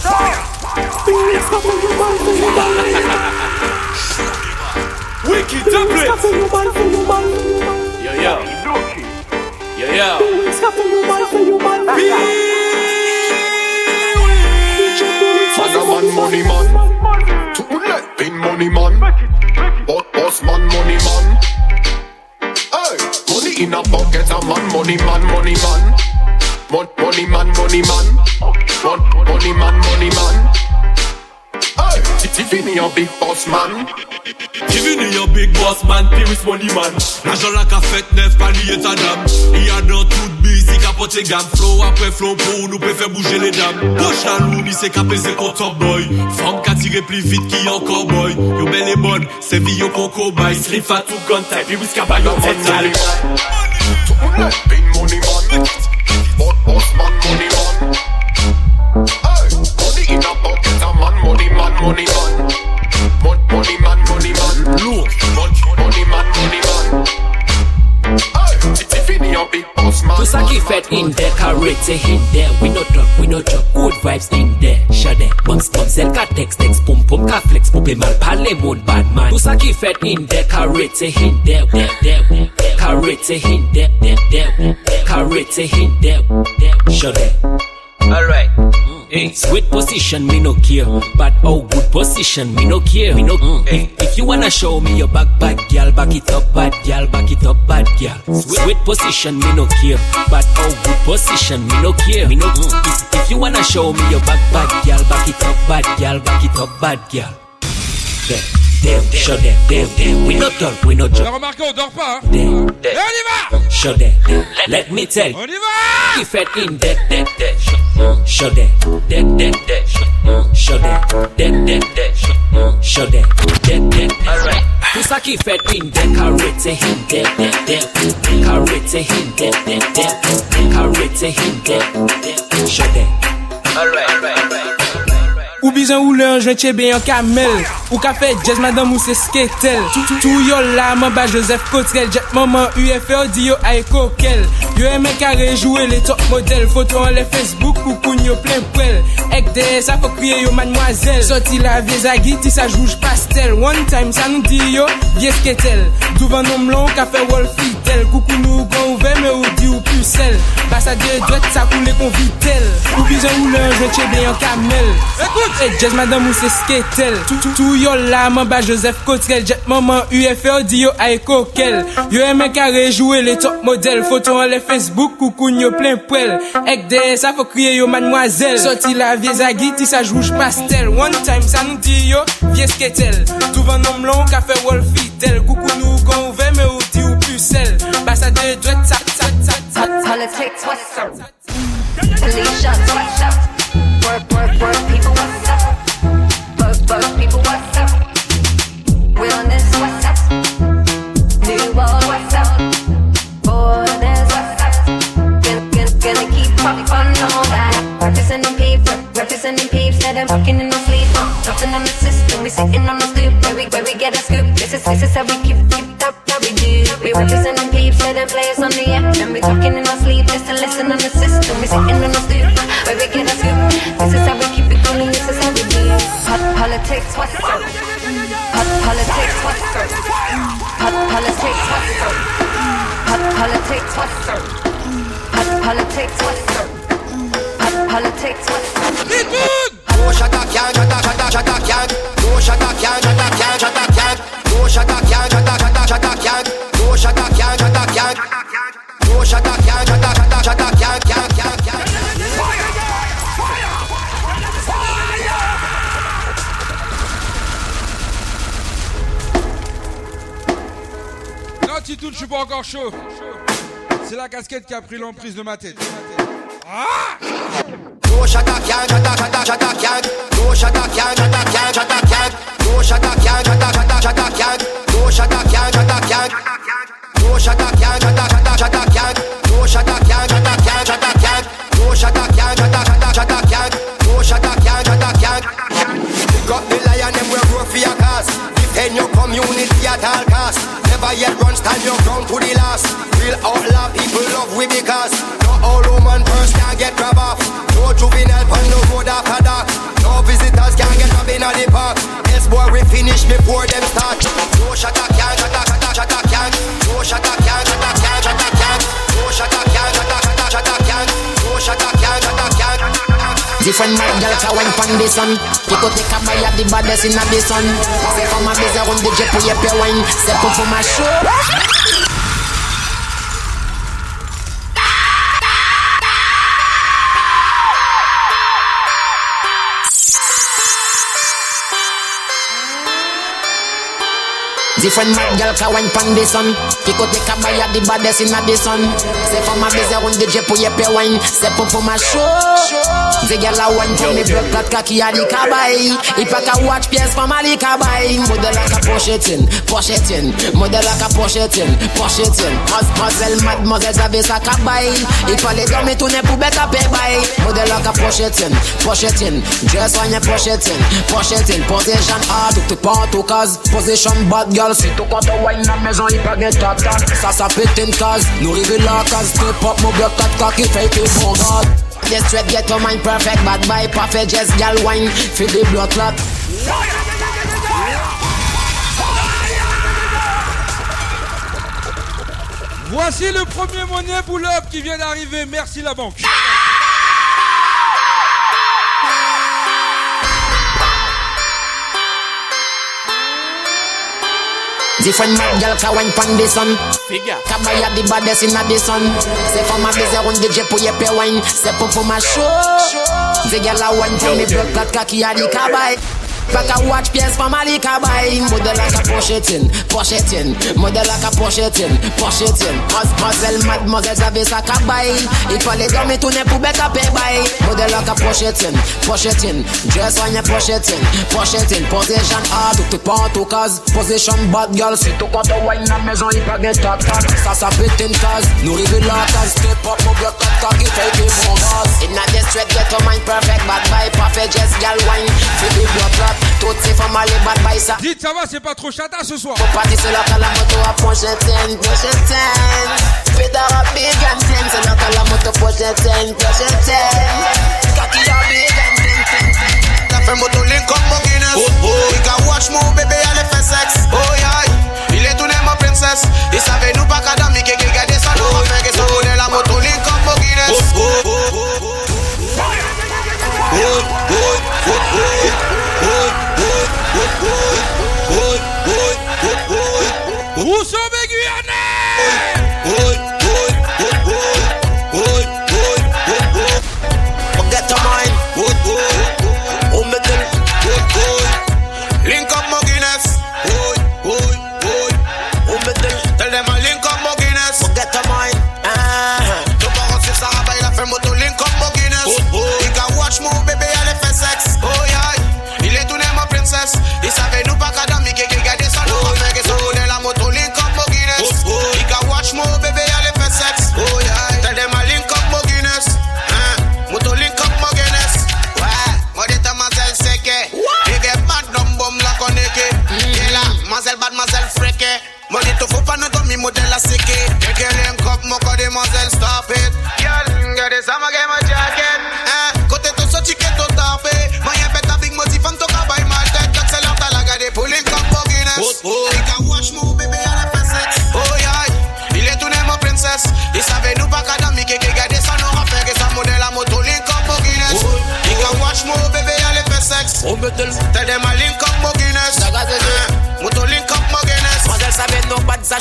Wicked double. Yo yo. Yo yo. Father man, money man. To let bin money man. Boss, boss man, money man. Hey, money in a pocket, a man, money man, money man. Mon, money man, money man. Mon, money man, money man. Hey, Tiffany a big boss man. Tiffany a big boss man, Paris money man. L'argent la ka fête neuf, pas lié ta dame. Il y a dans toute busy, capote gamme. Flow après flow pour nous peut faire bouger les dames. Poche à l'ou, ni c'est qu'à peser qu'on top boy. Femme qui tire plus vite qui encore boy. Yo belle et bonne, c'est vie yo coco boy. Slip à tout gun type, puis whisk à bail au mental. Big money man. Boss, boss man, money man. Hey, money in a pocket, a man, money man, money man. Mon, money man, money man. Lourd. Mon, money man, money man. Hey, it's Tiffany a big boss man. Tout ça qui fait in there, carré in there. We no talk, we no talk, good vibes in there. Shade, bounce, bounce, zel ka text, text, pum, pum, ka flex, poupé mal, parler mode bad man. Tout ça qui fait in there, carré in there, there, there. Carré in there, there, there. Carré in there, there. Shade. Alright. Mm. Sweet position, me no care. But oh, good position, me no care. Me no. Mm. If, if you wanna show me your back, bad girl, back it up, bad girl, back it up, bad girl. Sweet, sweet position, me no care. But oh, good position, me no care. Me no. Mm. If, if you wanna show me your back, bad girl, back it up, bad girl, back it up, bad girl. There. Damn, show them, damn, damn. We not done, we not T'as done. remarqué, on dort pas, hein? Damn, Et on y va! show them. Let me tell you. On y va! If it in that, that, that. Show them, that, that, that. Show them, that, that, that. Show them, that, that, that. Alright. Tout ça qui fait in that, carré in that, that, that. Carré in that, that, that. Carré in that, that. Show them. Alright, alright, alright. Ou bizan ou le anjwen chebe yon kamel. Ou ka fe jazz madame ou se sketel. Tout yo la man ba Joseph Cotrel. Jet maman U F O di yo ay kokel. Yo eme kare jouer les top modèles. Photo en les Facebook ou koun yo plein prel. Ek de sa faut crier yo mademoiselle. Sorti la vie zagi ti sa rouge pastel. One time sa nou di yo vie sketel. Douvan nom long ka fe wol fidèle. Coucou nou gon ouve mais ou di ou pucelle. Basa de droite sa koule kon vitel. Ou bizan ou le anjwen chebe yon kamel. Écoute. Et jazz madame ou se sketel. Tout yo la man ba Joseph Cotrel. Jet maman U F O di yo ay kokel. Yo eme kare jouer les top modèles. Photo en les Facebook ou koun yo plein prel. Ek de sa faut crier yo mademoiselle. Sorti la vie zagi ti sa rouge pastel. One time sa nou di yo vie sketel. Touvan nom long ka fe wol fidèle. Coucou nou gon ouve mais ou di ou pucelle. Basa de droite sa sa sa sa. Politics what's up? Police shots what's up? Work, work, work, people, what's up? Work, work, people, what's up? Realness, what's up? New listen on the system. We sitting on the stoop, where we, where we get a scoop. This is, this is how we keep, keep up, how we do. We representing peeps, letting players on the app. And we talking in our sleep, just to listen on the system. We sitting on the stoop, where we get a scoop. This is how we keep it going, this is how we do. Hot politics, what's up? Hot politics, what's up? Hot politics, what's up? Hot politics, what's up? Hot politics, what's up? Hot politics, what's up? No shot a can, shot a shot a shot a can. No shot a can, shot a can, shot a can. No shot a can, shot a shot a shot a can. No shot a can, shot a can. No shot a can, shot a shot a shot a can, can, can, can. Fire! Fire! Fire! Non, Titoun, je suis pas encore chaud. C'est la casquette qui a pris l'emprise de ma tête. Ah! No shot a can, shot a shot a shot a can. No shot a can, shot a can, shot a can. No shot a can, shot a shot a shot a can. No shot a can, shot a can. No shot a can, shot a shot a shot a can. No shot a can, shot a can, shot a can. No shot a can, shot a shot a shot a can. No shot a can, shot a can. Pick up the lion, them will grow for your cause. Defend your community at all costs. Never yet run, stand your ground to the last. Real outlaw people love we because not all woman first can get grab off. No juvenile pan no road after dark. No visitors can get robbed in the park. Yes boy we finish before them start. No shot a can, shot a shot a shot a can. No shot a can, shot a can, shot a can. No shot a can, shot a shot a shot a can. No shot a can, shot a can. Different mad girl can wine pan the sun. Pick out the cabaya the baddest in the sun. C'est for ma bise round the jet pour y payer wine. C'est pour for ma show. Different mad girl can wine pan the sun. Pick out the cabaya the baddest in the sun. C'est for ma bise round the jet pour y payer wine. C'est pour for ma show. The girl a wine for me blood clot cocky a the cabay. If I can watch pièce for my cabay. Model like a pochetin, pochetin. Model like a pochetin, pochetin. Mademoiselle, mademoiselle, savez sa cabay. Il fallait dormir tourner pour bête à paix bay. Model like a pochetin, pochetin. Dress on your pochetin, pochetin. Position hard, tout tout pas en tout case. Position bad girl. Si tout quand on wine la maison, il pas gain tac tac. Ça ça pète une case. Nous rive la case. Step up mon bloc quatre cocky fait que bon god. Yes straight get to mind perfect. Bad boy perfect. Just gal wine. Feel the blood clot. Voici le premier monnaie pull-up qui vient d'arriver. Merci la banque. Different mad girl can wine pan the sun. Cabaya the baddest in the sun. C'est for ma bise round the jet pour y payer wine. C'est pour for ma show. The girl a wine for me blood clot cocky a the cabay. Back a watch pièce for my cabay. Model like a pochetin, pochetin. Model like a pochetin, pochetin. Mademoiselle, mademoiselle, savez sa cabay. Il fallait dormir tourner pour bête à paix bay. Model like a pochetin, pochetin. Dress on your pochetin, pochetin. Position hard, tout tout pas en tout case. Position bad girl, si tout quand on wine la maison, il pas gain tac tac. Ça ça pète une case, nous rive la case. Step up mon bloc tac tac, il fait que bon gaz. In a the straight get to mind perfect, bad boy perfect, just gal wine. Feel the blood clot. Toutes ces femmes à les bad by ça. Dites ça va, c'est pas trop chata ce soir. Faut pas dire c'est là qu'à la moto à pochetin, pochetin. Pédard à big and ten, c'est là qu'à la moto pochetin, pochetin. Kaki à big and ten, ten, ten. La femme moto link comme mon Guinness. Oh oh, il can watch mon bébé aller faire sexe. Oh yeah, il est tourné ma princesse. Il savait nous pas qu'à dami qui garder ça nous va faire que ça connaît la moto link comme mon Guinness. Oh oh oh oh oh. Oh oh oh oh. Rousseau Béguiané. Forget your mind. Oh me tell. Link up my Guinness. Oh me tell. Tell them I link up my Guinness. Forget your mind. Tu parles si ça rabaille la femme auto link up my Guinness. Il can watch mon bébé aller faire sexe. Oh yeah, il est tourné ma princesse. Il savait nous pas qu'à dami qui garder ça nous va faire que ça connaît la moto link up my Guinness. Il can watch mon bébé aller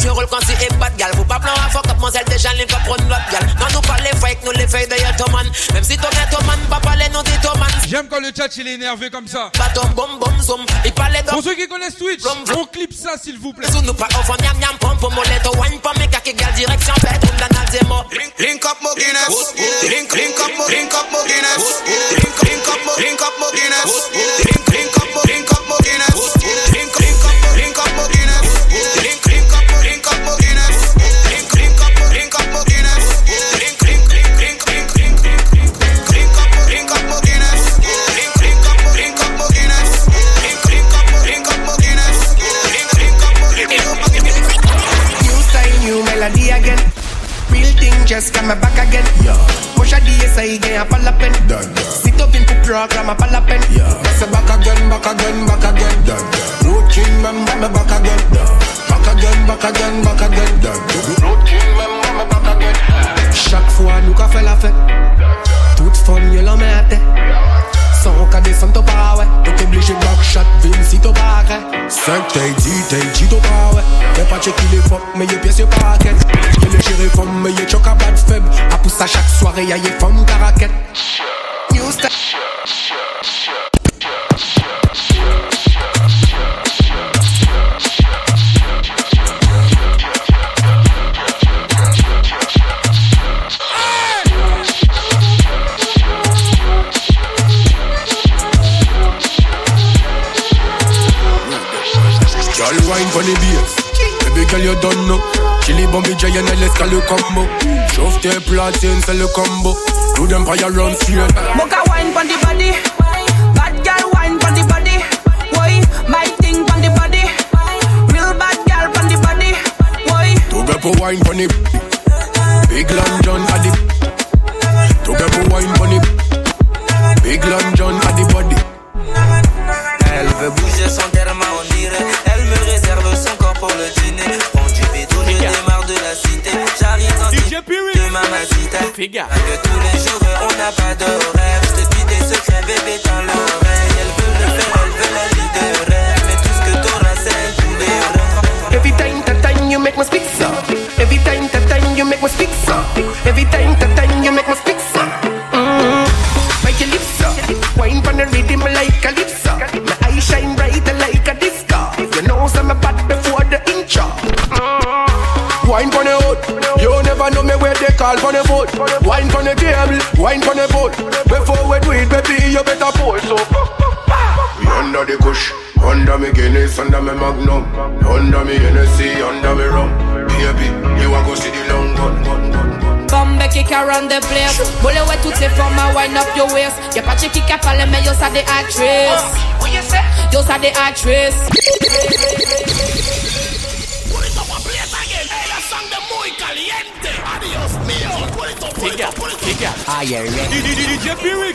me roule quand c'est bad gal. Faut pas plan à fuck up, mon zèle déjà l'in va prendre l'autre gal. Non, nous pas les fake, nous les fake de Yotoman. Même si ton Yotoman, pas parler non d'Yotoman. J'aime quand le chat il est énervé comme ça. Baton, bom, bom, zoom. Il parlait de. Pour ceux qui connaissent Twitch, on clip ça s'il vous plaît. Sous nous pas off, on yam yam pom pom moleto. Wine pom, mais kaki gal direction bedroom dans la démo. Link up mo Guinness. Link, link up mo, link up mo Guinness. Link, link up mo, link up mo Guinness. Link, link up mo, link up mo Guinness. Link, link up mo, link up mo Guinness. Link, link up mo, link up mo Guinness. Link, link up mo, link up mo Guinness. Link, link, link, link, link, link, link, link up mo, link up mo Guinness. Link, link up mo, link up mo Guinness. Link, link up mo, link up mo Guinness. Link, link up mo, link up mo Guinness. New style, new melody again. Real thing just come back again. Push a D S I again, a pas la peine. Sit up in pour programme, a pas la peine. Say back again, back again, back again. Road King, remember me back again. Back again, back again, back again. Road King, remember me back again. Chaque fois nous qu'a fait la fête. Toute fun, you l'en met à tête. Sans qu'à descendre ton pas, ouais. T'es obligé de back shot, vin si t'as pas arrêt. cinq t'es dit, t'es dit t'as pas, ouais. T'es pas checké les fuck, mais y'a pièce y'a pas raquette. Y'a les gérés femmes, mais y'a choc à bad faible. A pousse à chaque soirée, y'a y'a femmes qu'à raquette. New style. Girl wine for the bass. Baby girl you done know. Chili bombi giant and let's call le combo. Chauffe tes platines c'est le combo. Do them by your run straight. Mocha wine pon the body. Bad girl wine pon the body. Why? My thing pon the body. Real bad girl pon the body. Why? To get for wine pon the Big Long John at the. To get for wine pon the Big Long John at the body. Elle veut bouger son terme on dirait. Elle me réserve son corps pour le dîner. Prends du béton, je démarre de la cité. J'arrive dans de mamacita. Que tous les jours on n'a pas d'horaire. Je te dis des secrets bébé dans l'oreille. Elle veut le faire, elle veut la vie de rêve. Mais tout ce que t'auras c'est tous les rêves. Every time, that time you make me speak so. Every time, that time you make me speak so. Every time, that time you make me speak so. Mm-hmm. Make your lips up. Wine pon the rhythm like a lips up. My eyes shine bright like a disco. You know I'm bad before the intro. Mm-hmm. Wine pon the hood. You never know me where they call pon the foot. Wine pon the table, wine pon the boat. Before we do it, baby, you better pose so. We under the kush, under me Guinness, under me Magnum, under me Hennessy, under me rum. Baby, you a go see the long gun, gun, gun, gun. Bombe kick around the place. Bolle ouais toutes ces formes, wind up your waist. Y'a pas de qui a parlé, mais yo ça des actrices. What you say? Yo ça des actrices. Ah, yeah, ready. D J Pyrex.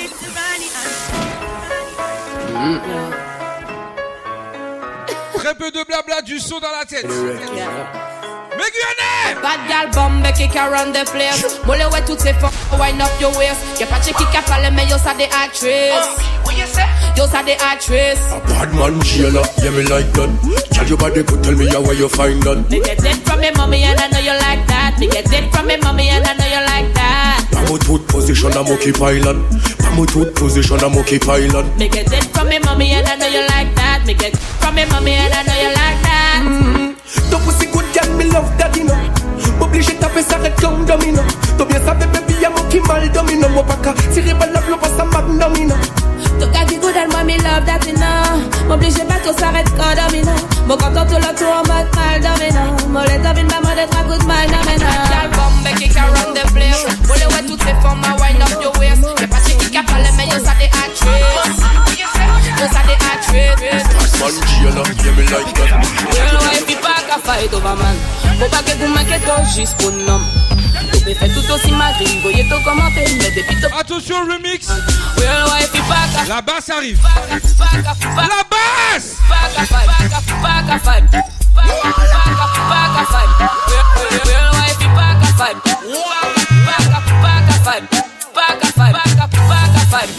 Très peu de blabla, du son dans la tête. Mais Guyane! Bad girl bombe kick around the place. Bolle ouais toutes ces formes, wind up your waist. Y'a pas de qui a parlé, mais yo ça des actrices. What you say? Yo ça des actrices. A bad man, Sheila, yeah me like that. Tell your body, could tell me how where you find that. Me get it from me mommy and I know you like that. Me get it from me mommy and I know you like that. Pamut foot position, I'm okay pylon. Pamut foot position, I'm okay pylon. Me get it from me mommy and I know you like that. Me get it from me mommy and I know you like that. Mm-hmm. Ton pussy good girl, me love that, you know. M'oblige taper ça red comme domino. T'as bien savais baby, y'a mon qui mal domino. Moi pas qu'à tirer par la flop, ça magnomino. Ton gars qui good and moi me love that, you know. M'oblige pas tout ça red comme domino. Mon content tout le tour en mode mal domino. Mon let up in ma mode être un coup de mal domino. Y'all bombe kick around the place. Bolle ouais toutes ces formes, wind up your waist. Y'a pas de qui a parlé, mais yo ça des actrices. Yo ça des actrices. Man, Sheila, yeah me like that. Well, wife, pas qu'à fight over man. Faut pas que vous manquez toi juste pour nom. Tu peux faire tout aussi mal, voyez tout commenter, mais depuis tout. Attention, remix. Well, wife, pas qu'à. La basse arrive. La basse. Pas qu'à fight, pas qu'à fight. Pas qu'à fight. Well, wife, pas qu'à fight. Pas qu'à fight. Pas qu'à fight. Pas qu'à fight.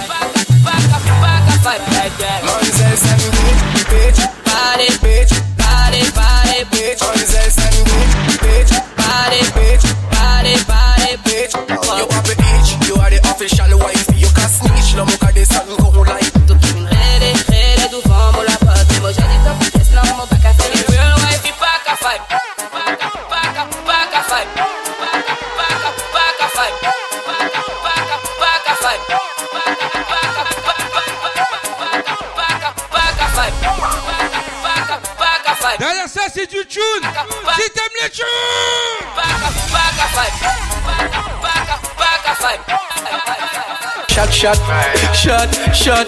Pas qu'à fight. Man says I'm bitch, bitch, Body, bitch, body, body, bitch. Man says signature. Shot, shot, shot, shot.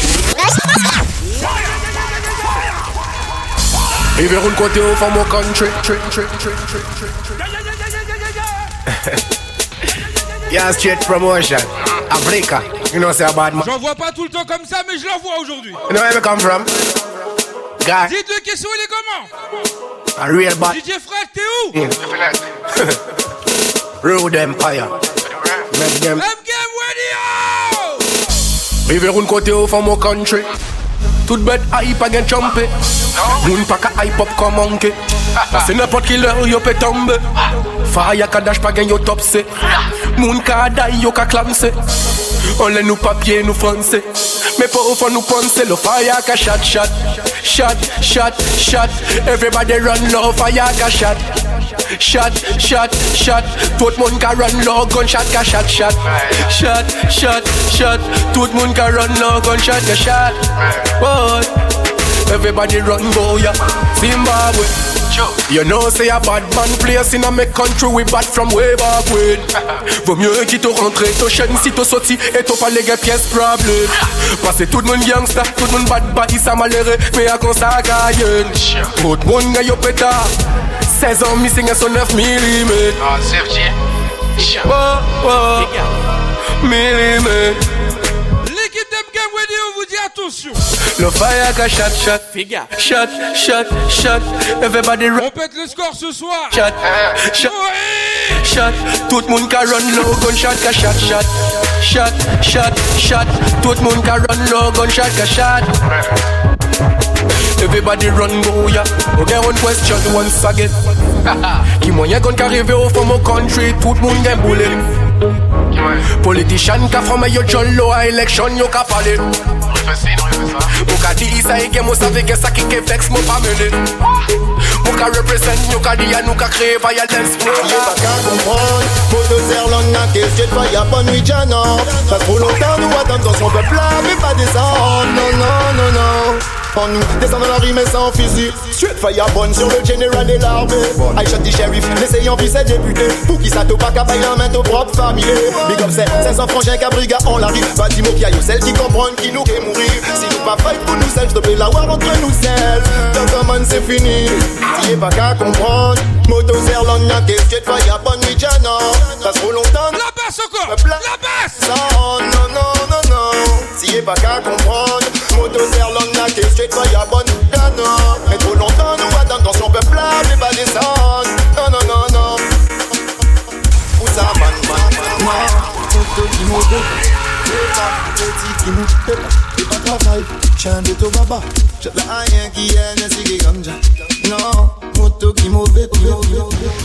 If you run côté au from mon country. Yeah, straight promotion. Africa. You know, say a bad man. J'en vois pas tout le temps comme ça, mais je l'en vois aujourd'hui. You know where I come from? God. Dites-le question, il est comment? A real bad. D J Frère, t'es où? Road Empire. Make them. M-Game Radio! If you run côté au from mon country. Tout bête hype a gen chompe. Moun pa ka hype up comme monkey. Parce que n'importe qui l'heure yo peut tomber. Fire ka dash pa gen yo topse. Moun ka die yo ka clamse. On lè nous papier nous français. Mais pour au fond nous penser. Le fire ka shot shot. Shot shot shot. Everybody run low fire ka shot. Shot shot shot. Tout le monde ka run low gunshot ka shot shot. Shot shot shot. Tout le monde ka run low gunshot ka shot. Boy, everybody run go ya Zimbabwe. You know say a bad man place in a me country we bad from way back when. Vaut mieux qu'il te rentre to chaîne si to sorti et to pas les gars pièces problème. Parce que tout le monde gangsta, tout le monde bad body ça malheureux mais à qu'on ça gagne. Tout le monde gagne au pétard. seize ans missing à son neuf millimètres. Ah c'est vrai. Oh oh millimètres. L'équipe d'M-Game Radio vous dit attention. Le fire ka shot shot. Shot shot shot. Everybody run. On pète le score ce soir. Shot shot shot. Tout le monde ka run low gunshot ka shot shot. Shot shot shot. Tout le monde ka run low gunshot ka shot. Everybody run go ya. Okay, one question once again. Qui moyen qu'on qu'arrive au fond mon country. Tout le monde gagne boule. Politician ka from yo jollo a election yo ka parler. Ou ka di isa e gen mo save gen sa ki ke vex mo pa mene. Ou ka represent yo ka di ya nou ka kreye violence. Y'a pas qu'à comprendre, bulldozer l'on a question de fire bonne nuit Jana. Ça trop longtemps nous attendons dans son peuple là mais pas descendre. Non non non non. On nous descend dans la rue mais sans fusil. Straight fire bonne sur le général et l'armée. I shot the sheriff, l'essayant puis ses députés. Pour qui ça te pas qu'à payer en main ton propre famille. Big up c'est cinq cents frangins qu'à briga on l'arrive. Pas dit mot qu'il y a yo celle qui comprennent qui nous est mourir. Si nous pas fight pour nous seuls, stopper la war entre nous seuls. Dans comment c'est fini. Si y'a pas qu'à comprendre. Moto Zerland n'a que straight fire bonne nuit Jana. Ça trop longtemps. La basse encore. La basse. Non non non non non. Si y'a pas qu'à comprendre. Moto Zerland n'a que straight fire bonne nuit Jana. Mais trop longtemps nous attendons dans son peuple là mais pas descendre. Non non non non. Où ça man man man man. Moto qui moto. Petit qui nous fait pas, c'est pas travail. Chien de ton baba, j'ai la rien qui est, n'est-ce qui est comme ça. Non, moto qui mauvais, qui mauvais.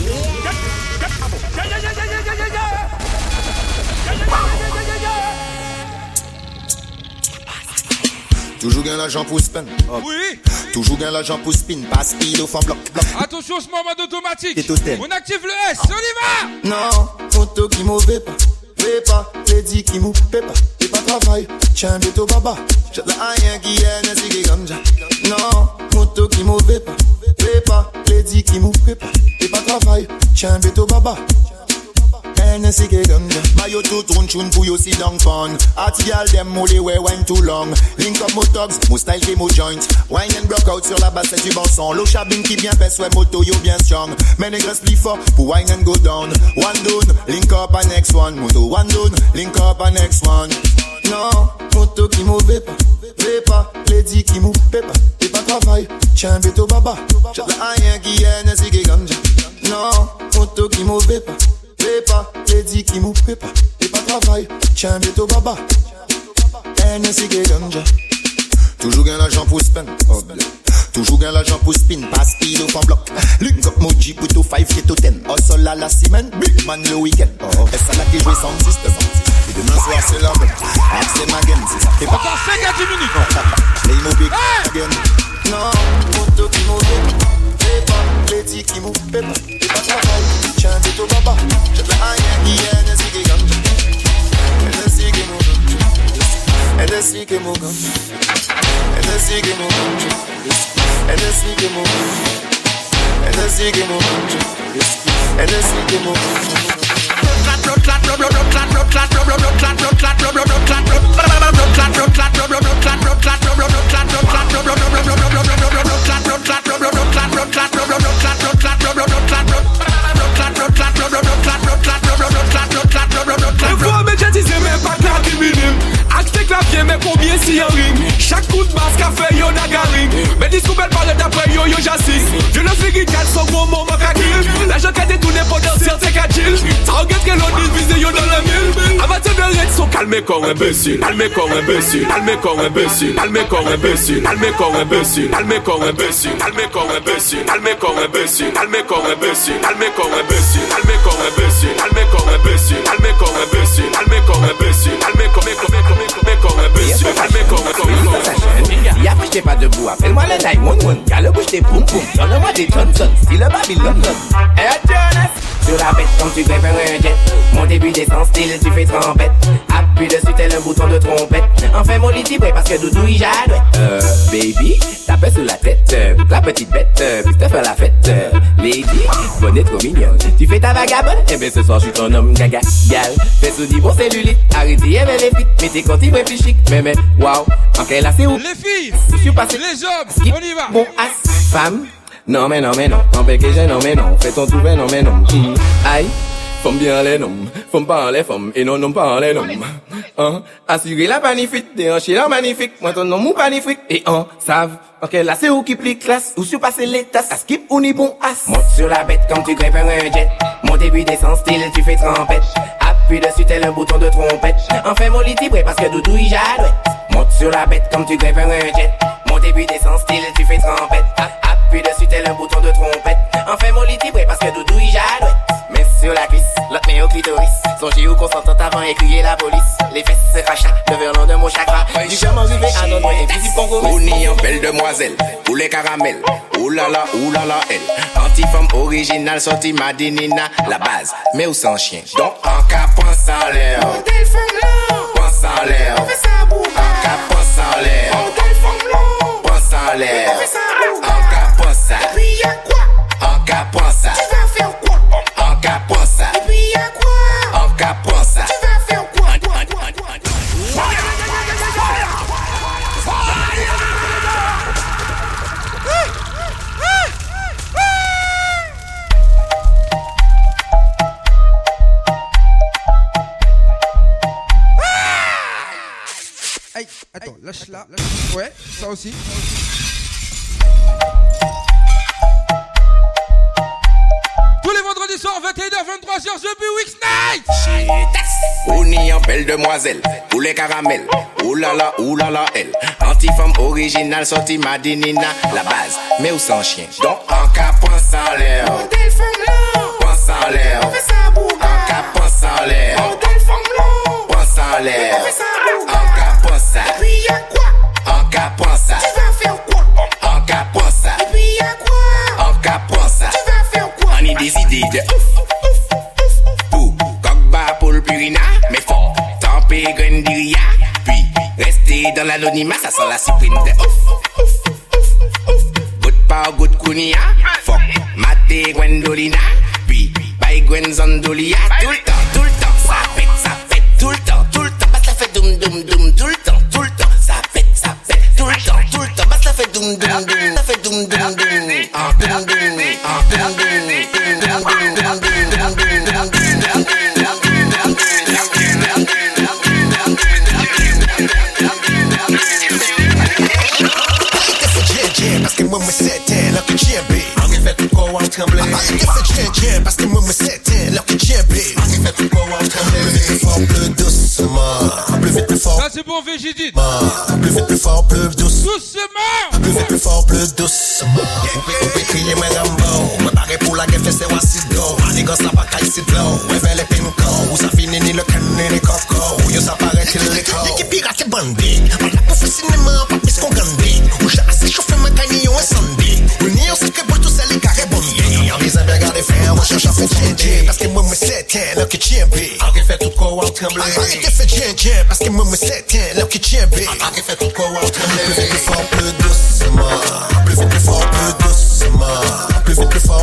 Toujours gain l'argent pour spin. Oui. Toujours gain l'argent pour spin. Pas speed au fond bloc. Attention ce moment d'automatique. Et tout tel. On active le S, on y va. Non, moto qui mauvais pas. Fais pas, les dix qui mou, fais pas, fais pas travail, tiens de ton baba, j'ai la rien qui est, n'est-ce qui est comme ça. Non, moto qui mauvais pas, fais pas, les dix qui mou, fais pas, fais pas travail, tiens de ton baba. N'est-ce qui est comme ça. Mayo tout tourne chune pour yo sit down fun. Atial dem molly way wine too long. Link up mo tugs, mo style qui mo joint. Wine and block out sur la basse c'est du bon son. Lo chabine qui bien pèse, ouais moto yo bien strong. Men nègres plus fort pour wine and go down. One down, link up a next one. Moto one down, link up a next one. Non, moto qui mauvais pas. Fais pas, lady qui mou, fais pas. Fais pas travail, tiens béto baba. J'ai la rien qui est, n'est-ce qui est comme ça. Non, moto qui mauvais pas. Fais pas, les dix qui mou, fais pas, fais pas travail, tiens bientôt baba. N S I G ganja. Toujours gain l'argent pour spin. Oh, toujours gain l'argent pour spin. Pas speed au fond bloc. Link up moji pour tout five qui tout ten. Hustle à la semaine, big man le week-end. Oh, est-ce ça là qui joue sound system? Et demain soir c'est la même. Axel again, c'est ça. Fais pas. Encore cinq à dix minutes. Les mots big again. Non, moto qui mauvais. Fais pas, les dix qui mou, fais pas, fais pas travail. Tiens bientôt baba. J'ai la rien qui est, n'est-ce qui est comme ça. N S I G mon gars. N S I G mon gars. N S I G mon gars. N S I G mon gars. Hennessy qui move. Hennessy qui move. Mais combien si en ring? Chaque coup de basse qu'a fait yo nagaring. Mais discours belle parle d'après yo yo j'assiste. Je ne fais qu'y quatre son gros moment qu'a kill. La gens qu'a détourné potentiel c'est qu'a chill. Ça regarde que l'on divise yo dans la mille. Amateur de red so calme con imbécile. Calme con imbécile. Calme con imbécile. Calme con imbécile. Calme con imbécile. Calme con imbécile. Calme con imbécile. Calme con imbécile. Calme con imbécile. Calme con imbécile. Calme con imbécile. Calme con imbécile. Calme con imbécile. Calme con imbécile. Calme con imbécile. Calme con Y'a plus t'es pas debout, appelle-moi le nine one one. Y'a le bouche des poum poum, donne-moi des Johnson, style Babylone. Hey Jonas, sur la bête quand tu grèves un jet. Mon début descend style, tu fais trompette. Appuie dessus tel un bouton de trompette. Enfin mon lit tibré parce que Doudou il jadouette. Euh, baby, tape sur la tête, euh, la petite bête, euh, puis te faire la fête. Euh, lady, bonne et trop mignonne. Tu fais ta vagabonde, et bien ce soir je suis ton homme gaga. Gal, fais sous bon cellulite. Arrêtez, elle est fit, mettez quand il plus chic. Mais mais, waouh, en quelle là c'est où? Les filles, je suis passé. Les hommes, on y va. Bon as, femme. Non mais non mais non, en j'ai non mais non, fais ton trouver non mais non. Mm. Aïe, femme bien les noms, femme pas en les femmes, et non non pas en les noms. Hein, assurer la magnifique, déhancher la magnifique, moi ton nom mou magnifique, et en savent. Ok, là c'est où qui plie classe, où surpasser les tasses, à skip ou ni bon as. Monte sur la bête comme tu grèves un jet, mon début descend style, tu fais trompette. Appuie dessus tel un bouton de trompette. Enfin mon lit tibré parce que Doudou il jadouette. Monte sur la bête comme tu grèves un jet, mon début descend style, tu fais trompette. Appuie dessus tel un bouton de trompette. Enfin mon lit tibré parce que Doudou il jadouette. Mais sur la cuisse, l'autre met au clitoris. Songez où consentant avant et crier la police. Les fesses se crachent, le verlan de mon chakra. Du chemin arrivé à notre invisible Congo. On y en belle demoiselle, pour les caramels. Oulala, oulala, elle. Anti-femme originale, sortie Madinina, la base. Mais où sans chien? Donc en cas, pense en l'air. Pense en l'air. En cas, pense en l'air. Pense en l'air. En cas, pense ça. Et puis y'a quoi? En cas, pense ça. Tu vas faire quoi? En cas, pense ça. Et puis y'a quoi? En cas, pense ça. Tu vas faire quoi? Aïe, attends, lâche là. Ouais, ça aussi. Tous les vendredis soirs, vingt et une heures vingt-trois heures, The Week's Night. On y en belle demoiselle, pour les caramels. Oulala, oulala, elle. Anti-femme originale, sortie Madinina, la base. Mais où sans chien? Donc en cas, pense en l'air. Pense en l'air. En cas, pense en l'air. Pense en l'air. En cas, pense ça. Et puis y'a quoi? En cas, pense ça. Tu vas faire quoi? En cas, pense ça. Et puis y'a quoi? En cas, pense ça. Tu vas faire quoi? On y des idées de ouf, ouf, ouf. Pour coq-bas pour le purina, mais fort. Tempé, grendiria. Puis rester dans l'anonymat, ça sent la cyprine de ouf, ouf, ouf, ouf. Good par good kunia. Fuck, maté, gwendolina. Puis by gwen zondolia. Tout le temps, tout le temps. Ça pète, ça pète. Tout le temps, tout le temps. Bah ça fait doum, doum, doum. Tout le temps, tout le temps. Ça pète, ça pète. Tout le temps, tout le temps. Bah ça fait doum, doum, doum. Ça fait doum, doum, doum. Ah, doum, doum. Ah, doum, doum. Doum, doum, doum, doum, doum, doum. Parce que moi me c'était là que j'ai bé. On fait tout quoi on tremble. Parce que moi me c'était là que j'ai bé. On fait tout quoi on tremble. Plus vite plus fort plus doucement. Plus vite plus fort. Ça c'est bon Végédite. Plus vite plus fort plus douce. Doucement. Plus vite plus fort plus doucement. On peut crier moi Rambo. Me barrer pour la guerre c'est what is go. Les gosses là pas caille c'est blow. Réveille les pinko. Où ça finit ni le canet les coco. Yo ça paraît qu'il les co. L'équipe pirate bandit. On a pas fait cinéma pas plus qu'on gandit. Où j'ai assez chauffé ma canyon et Sunday. On y a aussi que pour tous les carrés bonniers. En visant bien garder faire, on cherche à faire tchétché. Parce que moi me c'était là que j'ai bé. On fait tout quoi on tremble. On fait tchétché. Parce que moi me c'était là que j'ai bé. On fait tout quoi on tremble. Plus vite plus fort plus doucement. Plus vite plus fort plus doucement. Plus vite plus fort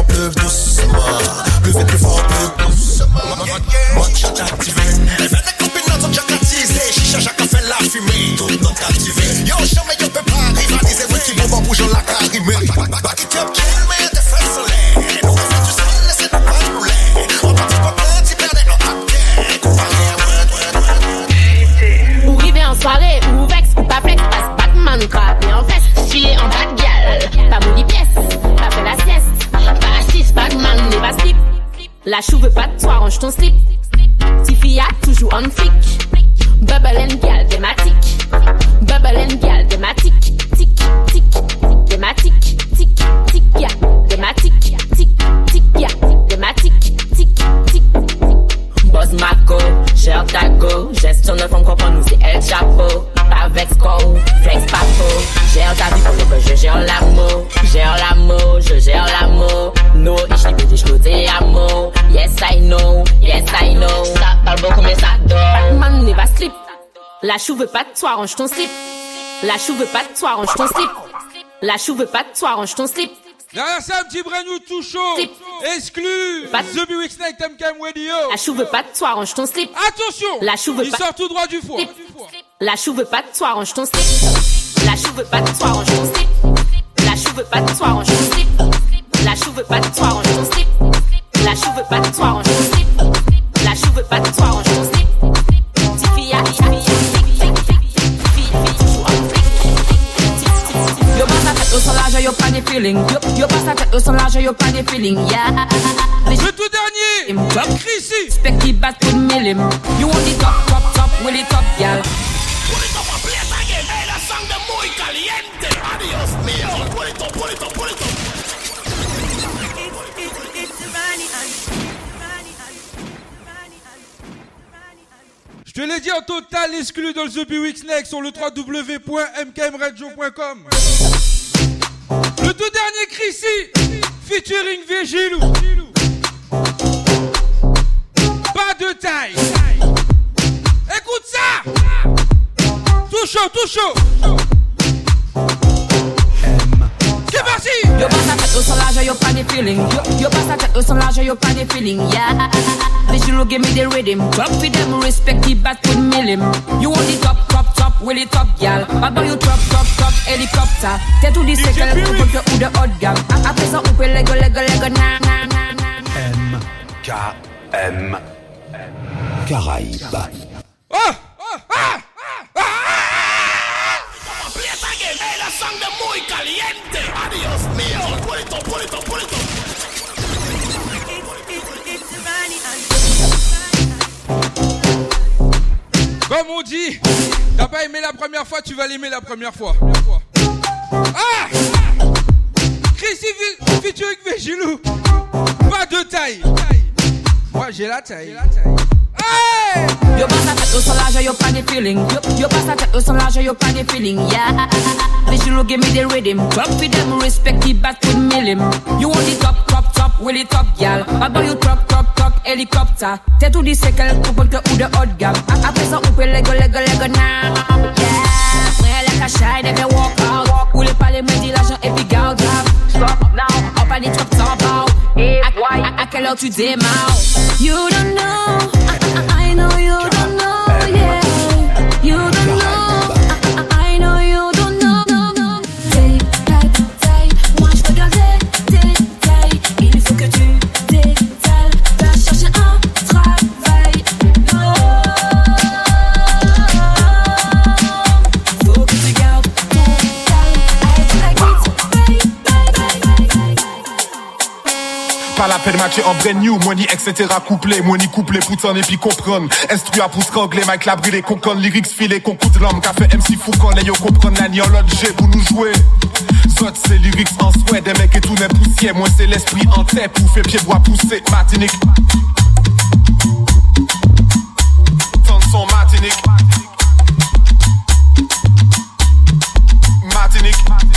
La chou veut pas de toi, range ton slip. Tiffy a toujours en flic. Bubble and gal, thématique. Bubble and gal, thématique. Tic, tic, thématique. Tic, tic, ya, thématique. Tic, tic, ya, thématique. Tic, tic. Boss Marco, cher Taco. Gestion de femme comprend nous c'est El Chapeau. Avec Sco, Flex Papo. Gère ta vie pour le que je gère l'amour. Gère l'amour, je gère l'amour. No, ich liebe dich, nur te amo. Yes I know, yes I know. Ça parle beaucoup mais ça dort. Batman n'est pas slip. La chou veut pas de toi, range ton slip. La chou veut pas de toi, range ton slip. La chou veut pas de toi, range ton slip. Derrière ça, un petit Brenou tout chaud. Slip. Exclu. The Big Snake, M K M Radio. La chou veut pas de toi, range ton slip. Attention. La chou veut Il pas. sort tout droit du four. La chou veut pas de toi, range ton slip. La chou veut pas de toi, range ton slip. La chou veut pas de toi, range ton slip. La chou veut pas de toi, range ton slip. La chou veut pas de toi, range ton slip. La chou veut pas de toi, range ton slip. Tifia, yo passe la tête au son large, yo pas des feeling. Yo, yo passe la tête au son large, yo pas des feeling. Yeah. Le tout dernier. Top Chrissy. Spec qui bat tout de milim. You want the top, top, top, with the top, gal. Je te l'ai dit en total exclu dans le The Big Snake sur le w w w point m k m radio point com. Le tout dernier Chrissy featuring Végilou. Pas de taille. Écoute ça. Tout chaud, tout chaud. C'est parti. Yo passe la tête au son large, yo pas des feeling. Yo, yo passe la tête au son large, yo pas des feeling. Yeah. Visual give me the rhythm. Drop with them, respect the bat with millim. You want the top, top, top, with the top, gal. About you top, top, top, helicopter. T'es tout dit c'est quel coup que ou de hot gam. Après ça, on peut lego, lego, lego, na, na, na, na. M K M Caraïbes. Oh! Oh! Ah! Comme on dit, t'as pas aimé la première fois, tu vas l'aimer la première fois. Ah! Chrissy featuring Végilou. Pas de taille. Moi j'ai la taille. Hey! Yo passe la tête au son large, yo pas des feeling. Yo, yo passe la tête au son large, yo pas des feeling. Yeah. Visual give me the rhythm. Drop with them, respect the bat with millim. You want the top, top, top, with the top, gal. About you top, top, top, helicopter. T'es tout dit c'est quel couple que ou de hot gam. Après ça, on peut lego, lego, lego, now. Yeah. Ouais, la cachaille, they can walk out. Ou le palais, me dit l'argent et puis garde up. Stop now, up à des top, top, out. À quelle heure tu démarres? You don't know. I know you don't know, yeah. You don't know. I, I know you don't know, no, no. Détail, détail, moi je veux garder détail. Il faut que tu détales. Va chercher un travail. No. Faut que tu gardes ton calme. I like it, baby. Pas la peine matcher en brand new, money et cetera couplé, money couplé, poutin et puis comprendre. Instru à pouce rangler, Mike la brûlé, concon, lyrics filé, concours de l'homme, café M C Foucan, les yo comprendre, nani en l'autre G pour nous jouer. Zot c'est lyrics en souhait, des mecs et tout n'est poussière, moi c'est l'esprit en tête, pour faire pied bois pousser, Martinique. Tant son Martinique. Martinique.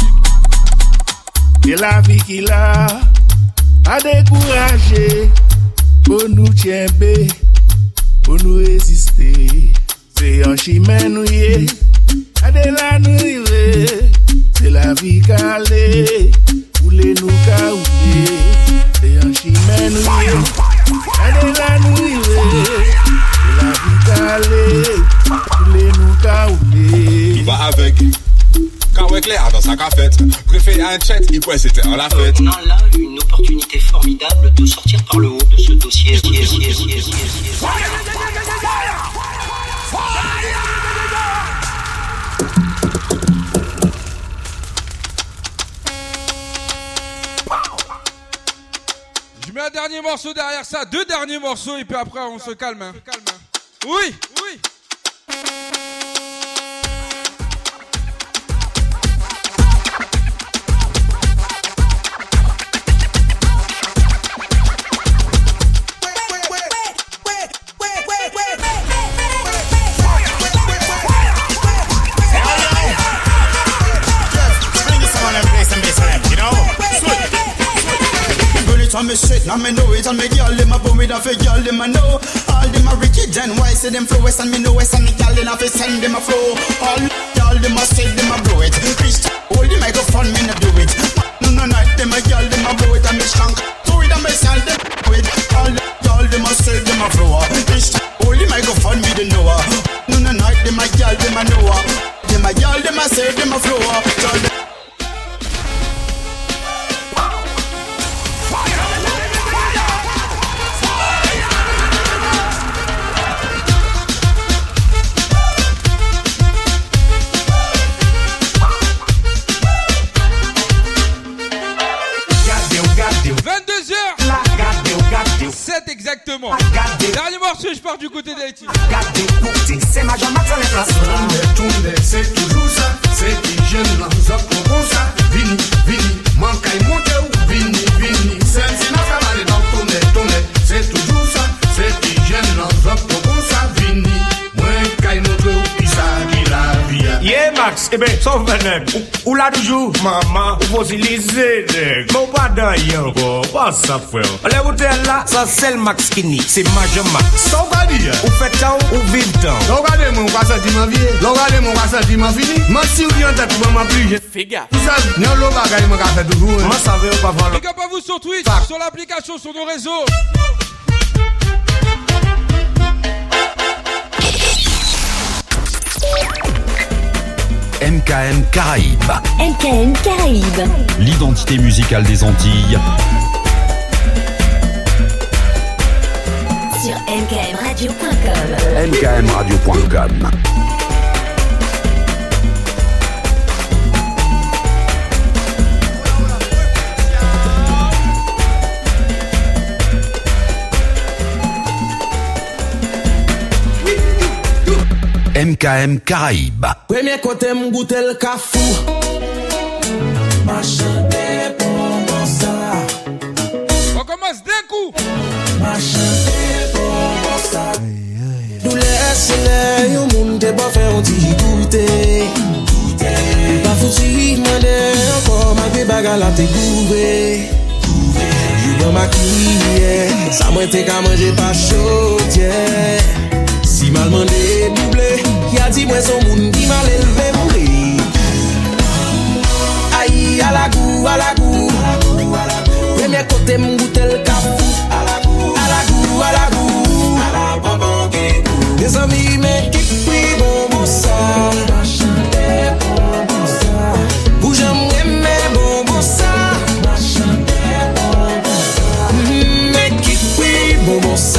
Et la vie qu'il a à décourager, pour nous tiens bé, pour nous résister. C'est un chemin nouillé, à de la nouille, c'est la vie calée, pour les nous caouler. C'est un chemin nouillé, à de la nouille, c'est la vie calée, pour les nous caouler. Il va avec. Quand on est clair dans sa cafette, préfère un chat, il pourrait c'était en la fête. On a là une opportunité formidable de sortir par le haut de ce dossier. Je mets un dernier morceaux derrière ça, deux derniers morceaux et puis après on se calme. Hein. Oui, oui. On me straight, now me know it. And me girl, them a bum with a fake girl, them a know. All them a wicked and why say them flow west and me know west and me girl, them a fi send them a flow. All y'all them a straight, them a blow it. Bitch, hold the microphone, me no do it. No no night, them a girl, them a blow it and me strong. Do it and me sell them do it. All y'all them a straight, them a flow. Bitch, hold the microphone, me the know. No no night, them a girl, them a know. Them a girl, them a straight, them a flow. Exactement. Dernier morceau, je pars du côté d'Haïti. C'est ma jambe à la place. C'est toujours ça. C'est qui jeune là, nous avons comme ça. Vini, vini, manque à y monter ou vini, vini. C'est si n'a pas mal dans ton nez, ton nez. C'est toujours ça. C'est qui jeune là, nous avons comme ça. Vini, manque à y monter ou pisa qui la vie. Yeah Max, eh ben, sauf ben, ou là toujours, maman, ou fossiliser, non pas d'un yon, pas ça frère. Les hôtels là, ça c'est le Max Kini, c'est Major Max. T'as pas dit, ou fait temps, ou vive temps. Regardez mon quoi dit ma vie, regardez mon quoi dit ma fini. Moi si vous viens d'être maman plus, fais gaffe. Vous savez, non le bagage mon café toujours. Moi savez ou pas voir. Big up à vous sur Twitch, sur l'application, sur nos réseaux. M K M Caraïbes. M K M Caraïbes. L'identité musicale des Antilles. Sur m k m radio point com. m k m radio point com. M K M Caraïbes. Premier côté m'goûte le cafou. Ma chante pour bon ça. On commence d'un coup. Ma chante pour bon ça. Nous laissez-les, y'a moun te pas faire un petit goûter. Pas foutu, demander encore ma vie bagarre la te goûter. J'ouvre ma cuillère, ça m'a été qu'à manger pas chaud, yeah. Si mal mandé doublé, qui a dit moi son moun qui m'a élevé moulé. Aïe à la goût, à la goût. Premier côté m'goûte le cafou. À la goût, à la goût, à la goût. À la bonbon qui goût. Des amis mais qui pris bon bon ça. Chanter bon bon ça. Bouge m'aimer bon bon ça. Chanter bon bon ça. Mais qui pris bon bon ça.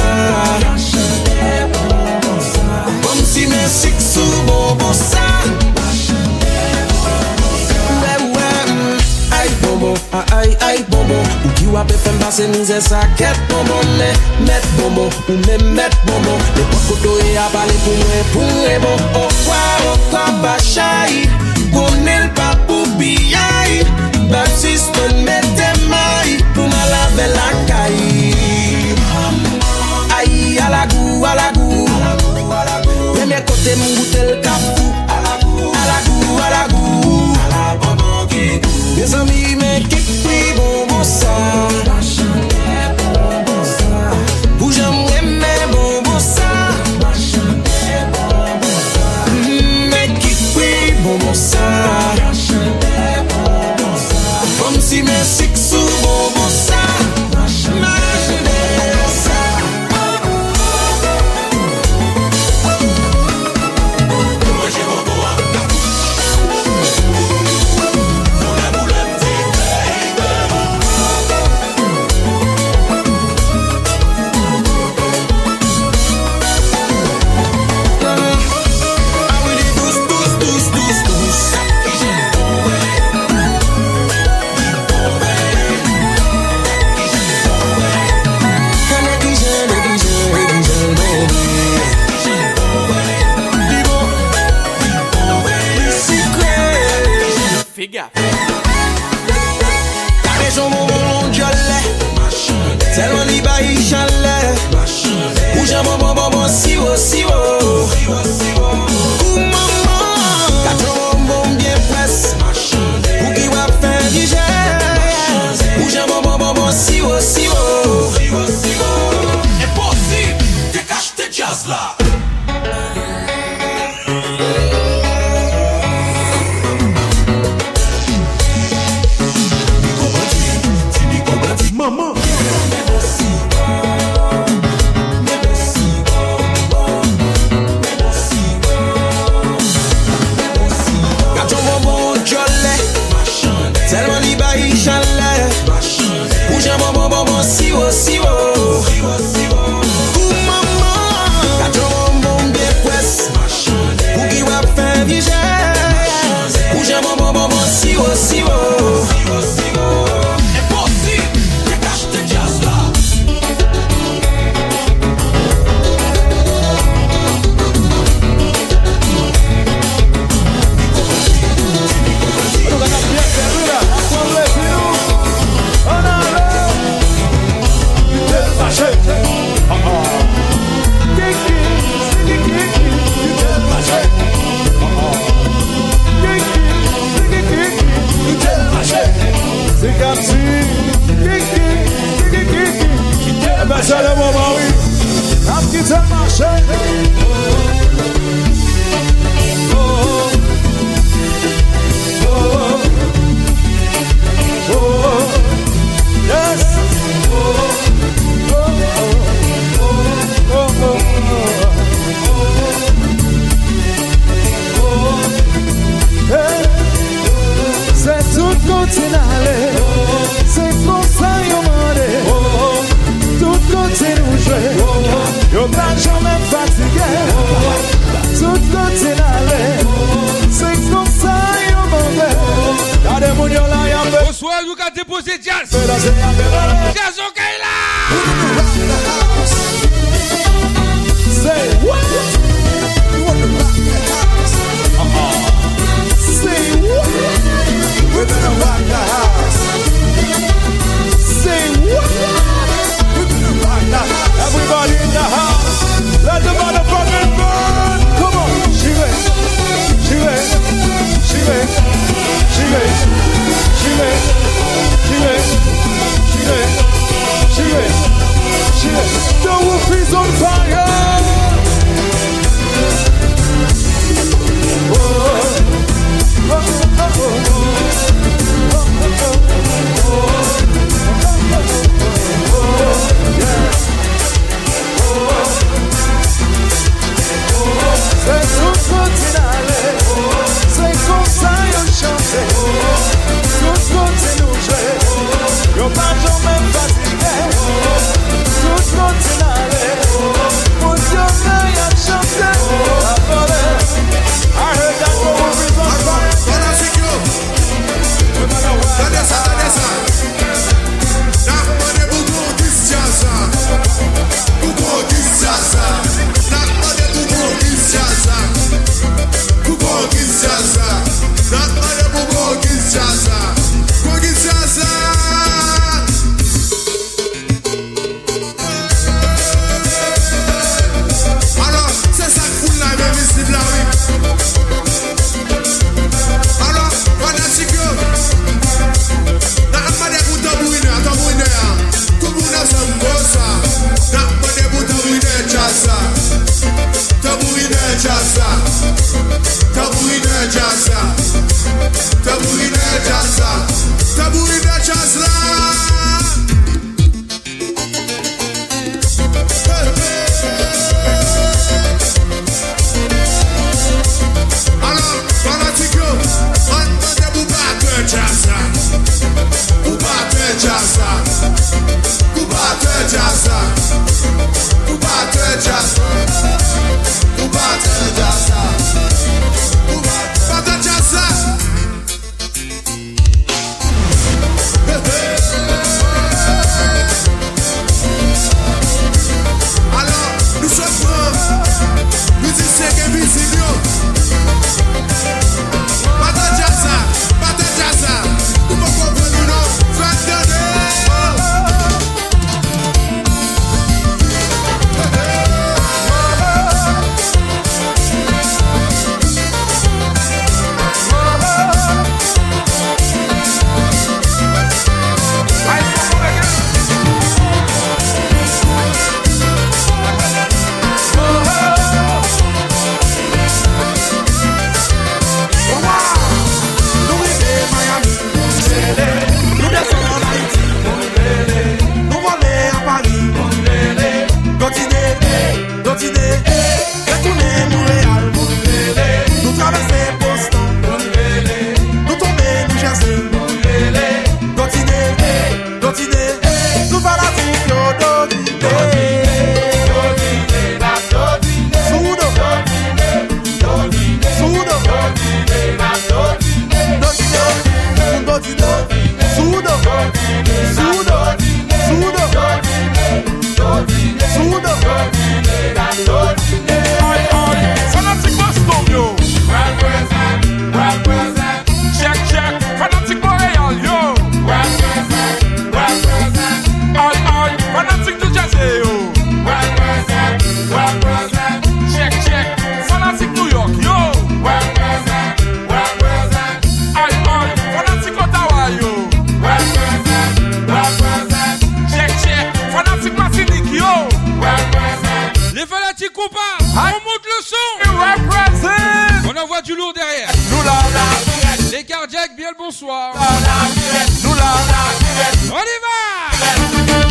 Si mes six sous bon bon ça. Ouais ouais, aïe bonbon, aïe aïe bonbon. Ou qui ou a pe femme passer misère ça quête bonbon. Met bonbon, ou même met bonbon. Les potes koto et a parlé pour moi, pour moi bon. Au quoi, au quoi, bachai. Connaît le pas pour biaï. Baptiste, mettez maille. Pour ma laver la caille. Aïe à la goût, à la goût. Premier côté m'goûte le cafou. À la goût, à la goût, à la goût. À la bonbon qui goût. Mes amis mais qui pris bon bon ça. Chanter bon bon ça. Bouge m'aimer bon bon ça. Chanter bon bon ça. Mais qui pris bon bon ça. Chanter bon bon ça. Comme si mes six sous bon bon ça. Moi j'ai c'est le moment, oui. Un petit tel marché. Oh, oh, oh, oh, yes. Oh, oh, oh, oh, oh, oh. Hey. C'est tout continent, c'est comme ça yon mande. Tout côté nous jouer, yon pas jamais fatigué. Tout côté n'allait, c'est comme ça yon mande. Y'a des moun yon là yon peu. Bonsoir, nous qu'a déposé Jazz. Jazz au Kaila. Say what? You want to rock the house? Uh-huh. Say what? We're gonna rock the house. Say what? We're gonna rock the house. Everybody in the house, let the motherfucking burn. Come on, she went, she went, she went, she went, she went, she went, she went. petit compas. On monte le son. On envoie du lourd derrière. Les cardiaques, bien le bonsoir. On y va.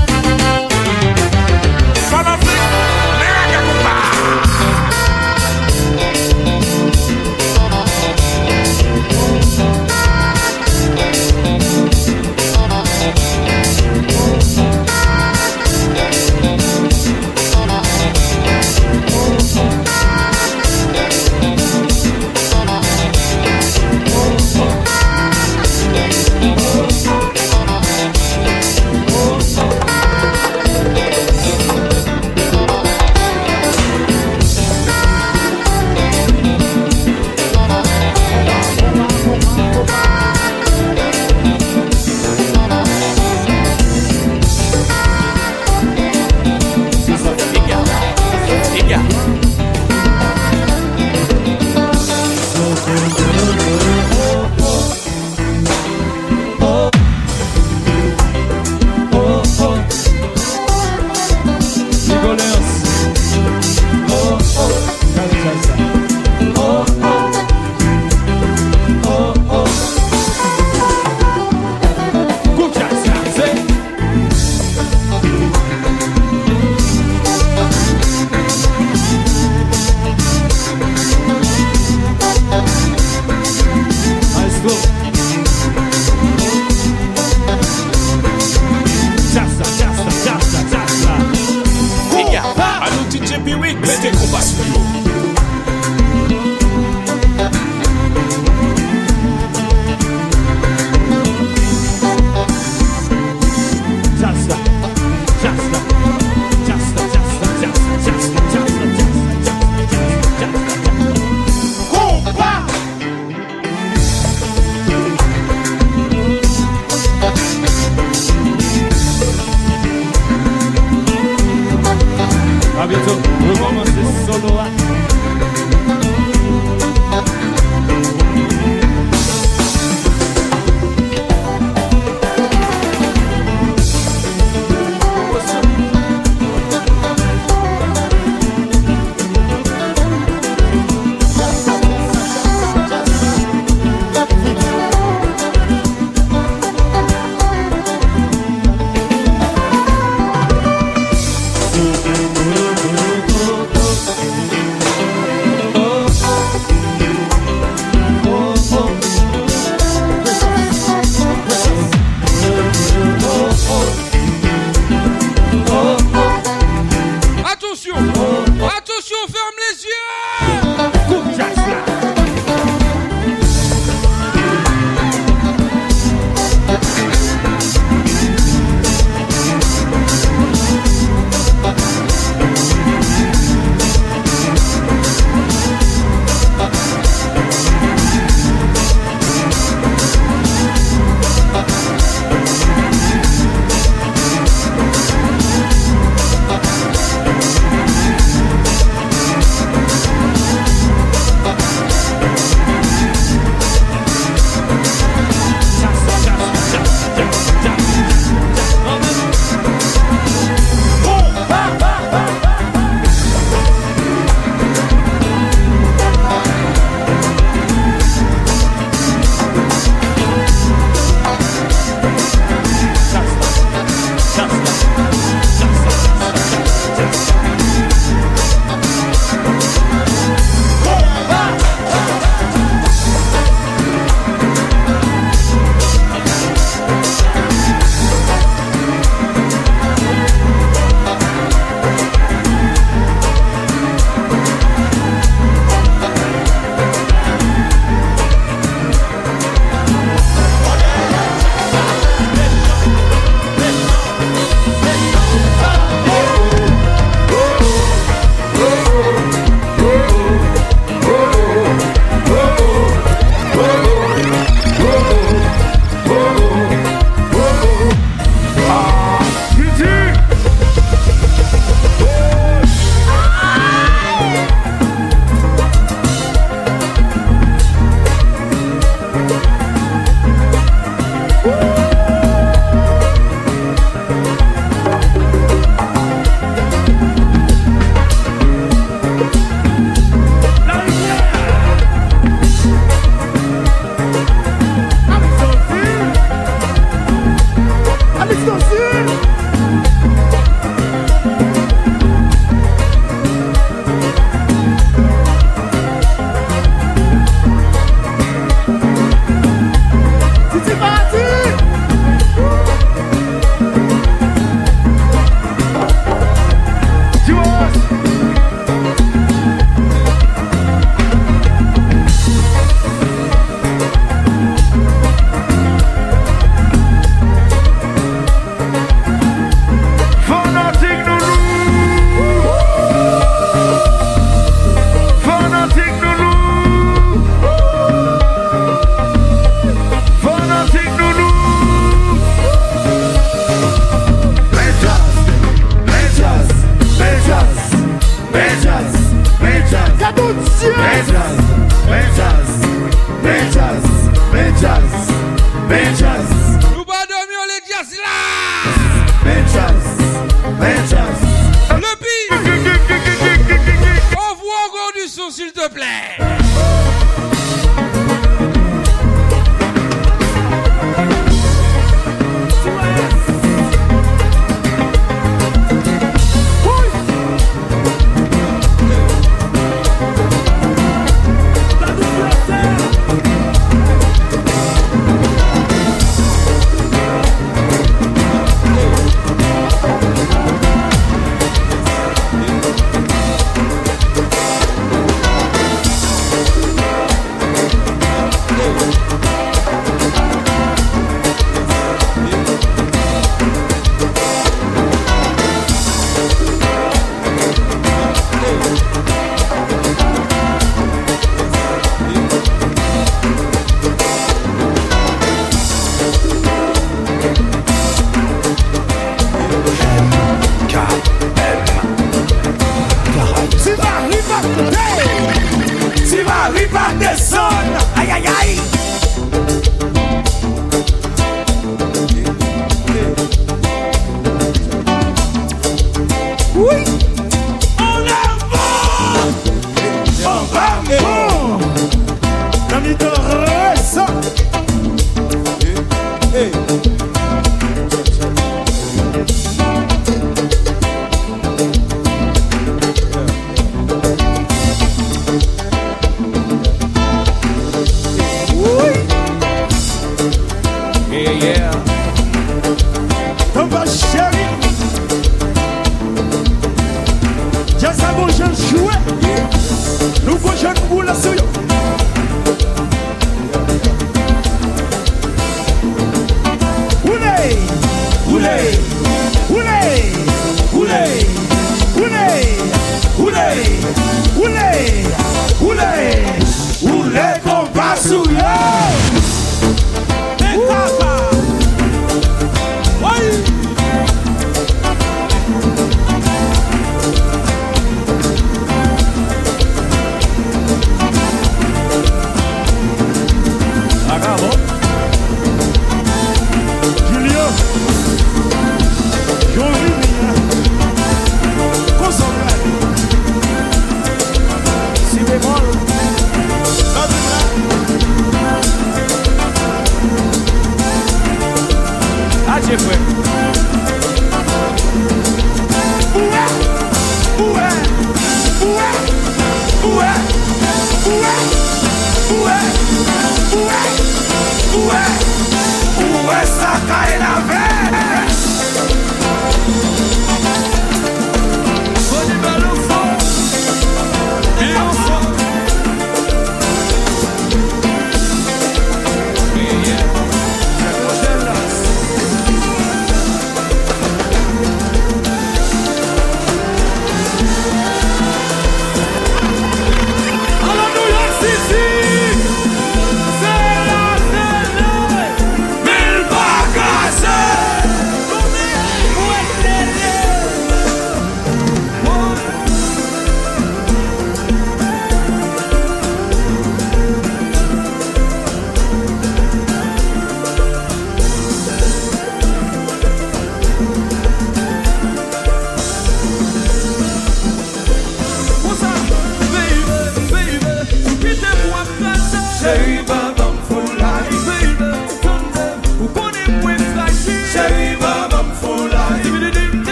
Benjas, Benjas, Benjas, Benjas, Benjas, Benjas, Benjas. Nous pas dormir les jazz là. Benjas, Benjas. Le pire. Envoie encore du son s'il te plaît.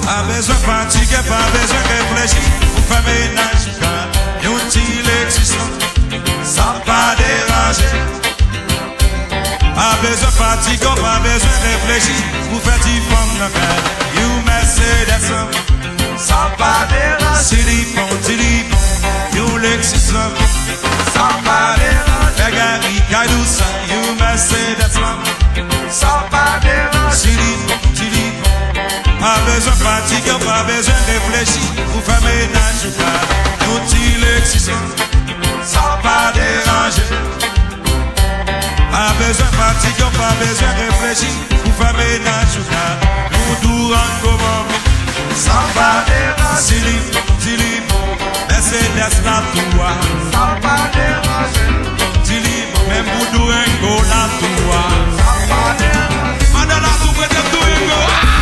Pas besoin de fatiguer, pas besoin de réfléchir. Pour faire ménage, car nous t'il existant, ça pas déranger. Pas besoin de fatiguer, pas besoin de réfléchir. Pour faire du fond de cœur, you Mercedes, ça pas déranger. Tilipon, tilipon, you l'existant, ça pas déranger. Ferrari, Caidouça, you Mercedes, ça pas déranger. Tilipon, tilipon. Pas besoin de fatiguer, pas besoin de réfléchir. Pour faire ménage ou pas, nous t'il existant, ça pas déranger. Pas besoin de fatiguer, pas besoin de réfléchir. Pour faire ménage ou pas, nous tout en commun, ça pas déranger. Silip, silip, Mercedes la toua, ça pas déranger. Silip, même Boudou Engo la toua, ça pas déranger. Madame la toua, c'est tout Engo.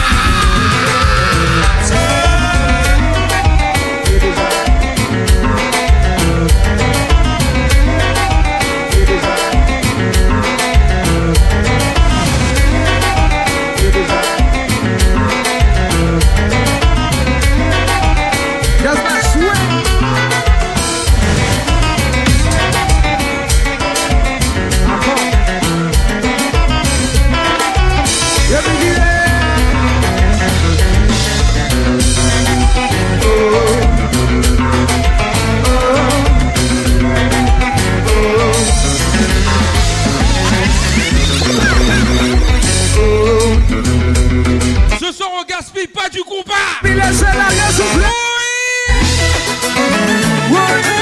Ce soir on gaspille pas du compas. Mais laissez la raison plaît. Oui.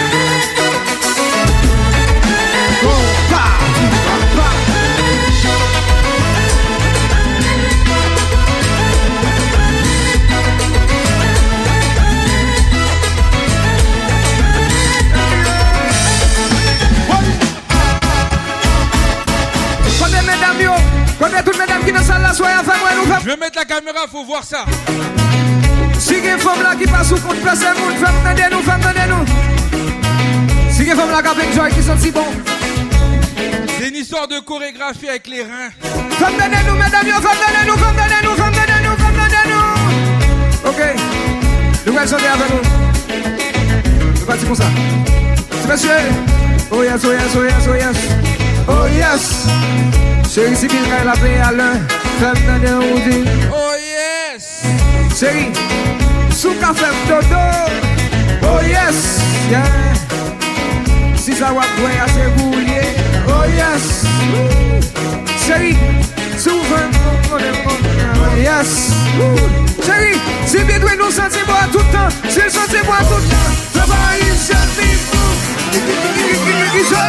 Connais toutes mesdames qui dans salle là, soyez enfin moi nous faire. Je vais mettre la caméra, faut voir ça. Si il y a une femme là qui passe sous compte place et monde, femme tendez nous, femme tendez nous. Si il y a une femme là qui a avec joie qui sont si bon. C'est une histoire de chorégraphie avec les reins. Femme tendez nous, mesdames, yo, femme tendez nous, femme tendez nous, femme tendez nous, femme tendez nous. Ok. Nous allons chanter avec nous. C'est parti comme ça. C'est monsieur. Oh yes, oh yes, oh yes, oh yes. Oh yes. Chérie, si bien qu'elle a payé à l'un, femme tendez nous dit. Oh yes. Chérie, sous café dodo. Oh yes, yeah. Si ça va jouer à ses bouliers. Oh yes. Chérie, souvent on est bon. Oh yes. Chérie, si bien doué nous sentir boire tout le temps. Si nous sentir boire tout le temps. Le bail c'est fou. Qui se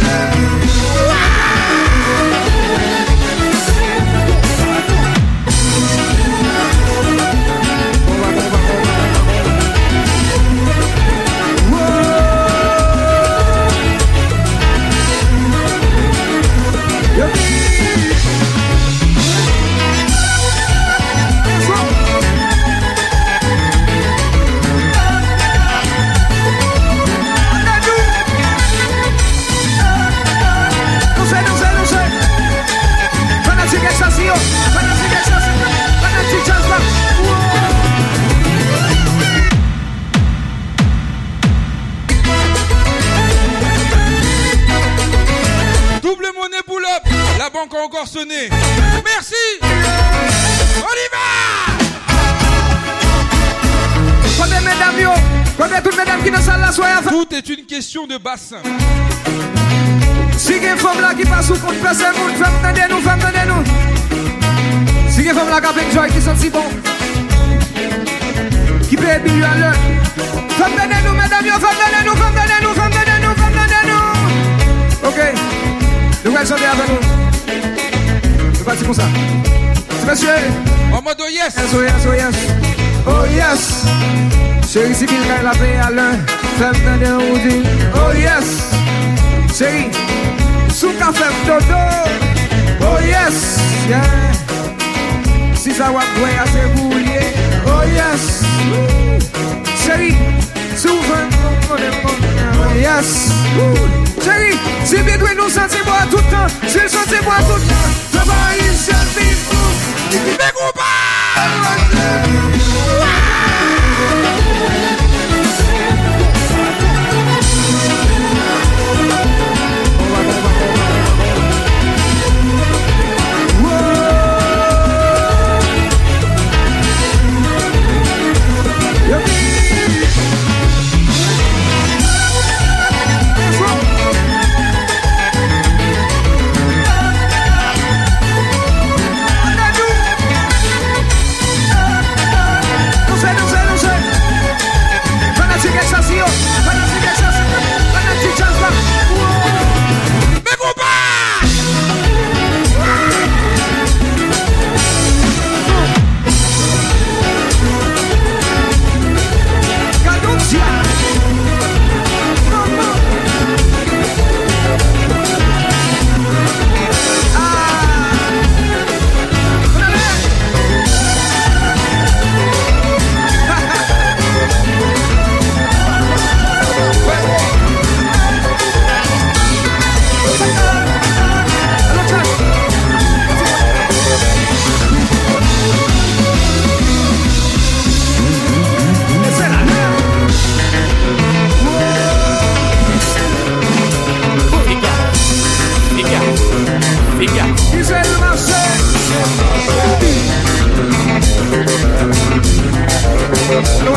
Double monnaie pull-up. La banque a encore sonné. Merci. On y va. Combien mesdames yo, combien toutes mesdames qui dans salle là soyez enfin. Tout est une question de bassin. Si il y a une femme là qui passe sous compte place et monde, femme tendez nous, femme tendez nous. Si il y a une femme là qui a avec joie qui sont si bon. Qui paye billet à l'heure. Femme tendez nous, mesdames yo, femme tendez nous, femme tendez nous, femme tendez nous, femme tendez nous. Ok. Nous allons chanter avec nous. C'est parti comme ça. C'est monsieur. En mode oh yes. Yes, oh yes, oh yes. Oh yes. Chérie, si bien qu'elle a payé à l'un, femme tendez nous dit. Oh yes. Chérie, sous café dodo. Oh yes. Yeah. Si ça va jouer à ses bouliers. Oh yes. Chérie, souvent on est bon. Oh yes. Chérie, si bien doué nous sentir boire tout le temps. Si nous sentir boire tout le temps. Le bail c'est fou. Les compas.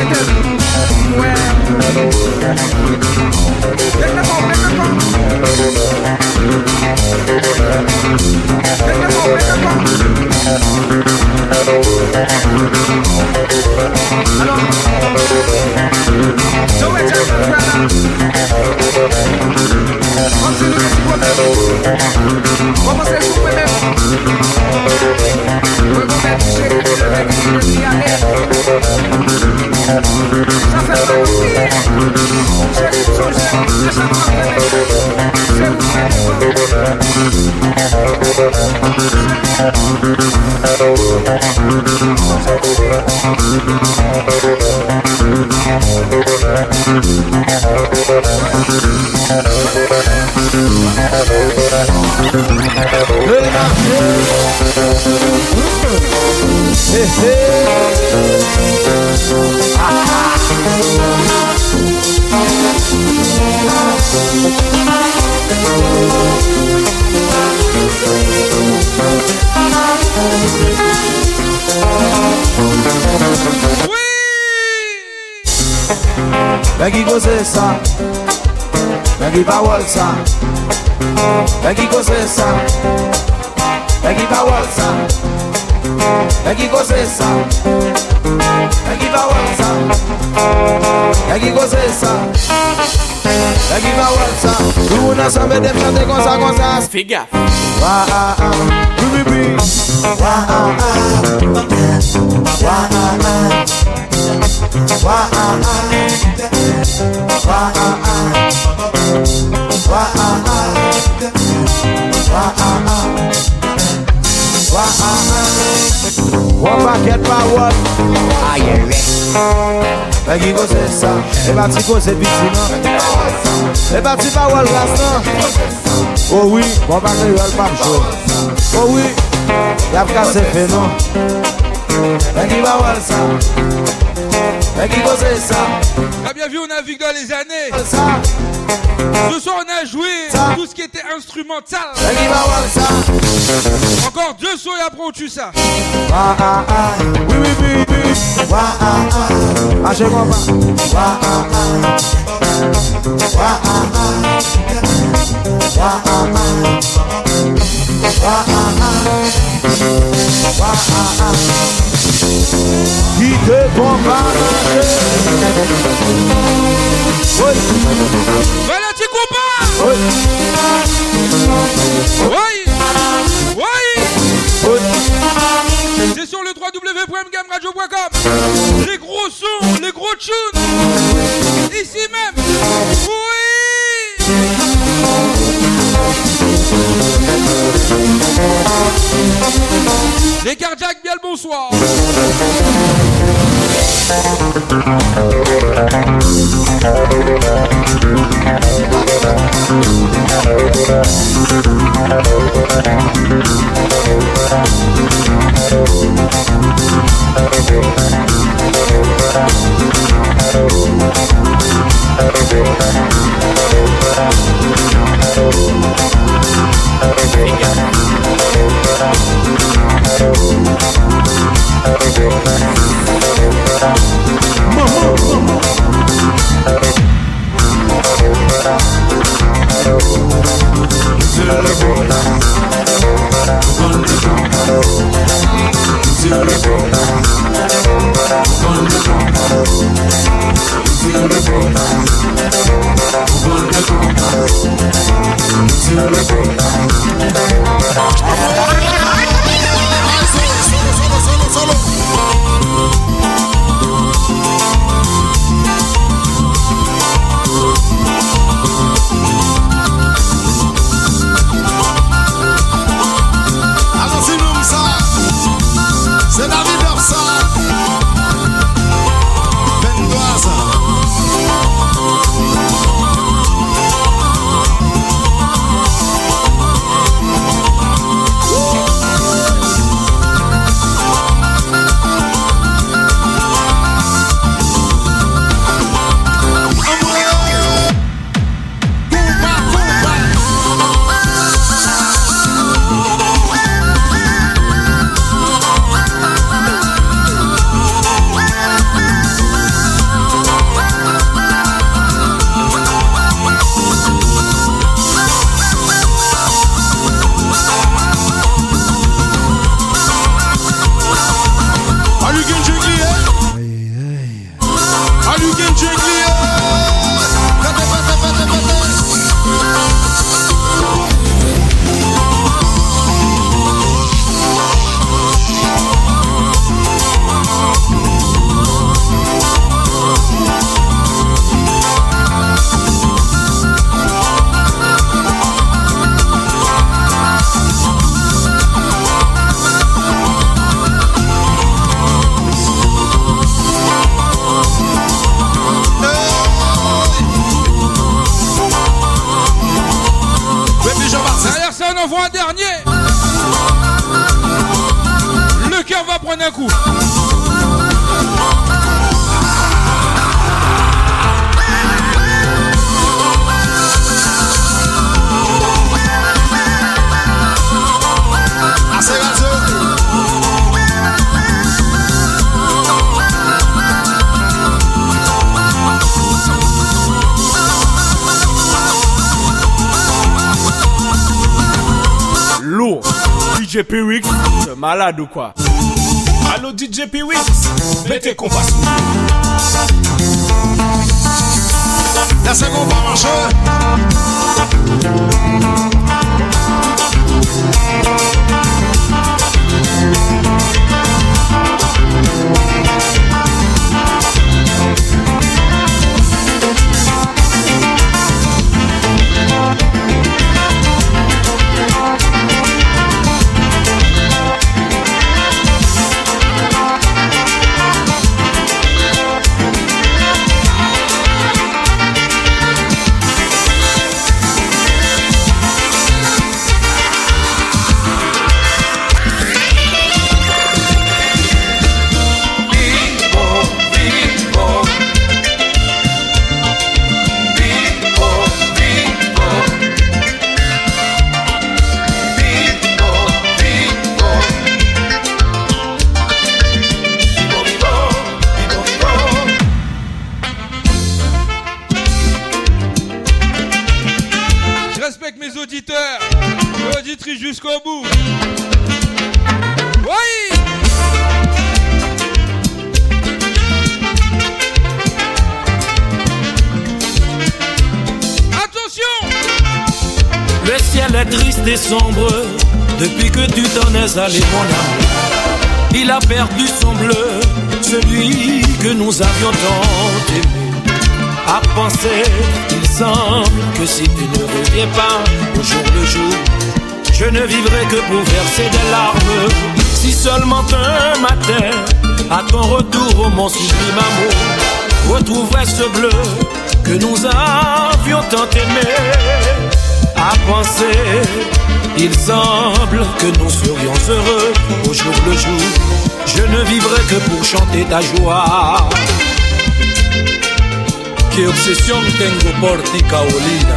Vamos a hacer un bebé. Luego me dice que quiere venir el día de ça fait pas oublier. J'ai une chose, j'ai chaque fois que c'est vous Ben qui cause ça? Ben qui parole ça? Ben qui cause ça? Ben qui parole ça? Ben qui cause ça? Ben qui parole ça? Ben qui cause ça? Ben qui parole ça? Tout le monde ensemble de chanter comme ça, comme ça. Fais gaffe. Wa ah ah, oui oui oui. Wa ah ah, wa ah ah. Wa ah ah, wa ah ah, wa ah ah, wa ah ah, wa ah ah. One paquet power. Aïe mais qui cause ça? Et parti cause vite non. Et parti power là. Oh oui, bon pas que elle pas jouer. Oh oui, y a cassé fait non. Mais qui va voir ça? Mais qui cause ça? T'as bien vu, on a vu dans les années. Ça. Ce soir, on a joué ça. Tout ce qui était instrumental. Mais qui va voir ça? Encore deux sons et après on tue ça. Ah ah ah, oui oui oui oui. Wa ah ah, ah je comprends pas. Wa ah ah, wa ah ah, wa ah ah, wa ah ah, wa ah ah. Qui te bombarde? Oui. Voilà, tu comprends? Oui. Oui. Oui. Oui. C'est sur le w w w point m game radio point com. Les gros sons, les gros tunes. Ici même. Oui. Les cardiaques, bien le bonsoir. d'un coup. Lourd. D J P-Wix, malade ou quoi? Allô D J P-Wix, mettez qu'on passe. La seconde va marcher. Jusqu'au bout. Oui. Attention. Le ciel est triste et sombre depuis que tu t'en es allé, mon âme. Il a perdu son bleu, celui que nous avions tant aimé. À penser, il semble que si tu ne reviens pas au jour le jour, je ne vivrai que pour verser des larmes. Si seulement un matin, à ton retour, mon sublime amour, retrouverai ce bleu que nous avions tant aimé. À penser, il semble que nous serions heureux au jour le jour. Je ne vivrai que pour chanter ta joie. Qué obsesión tengo por ti, Carolina.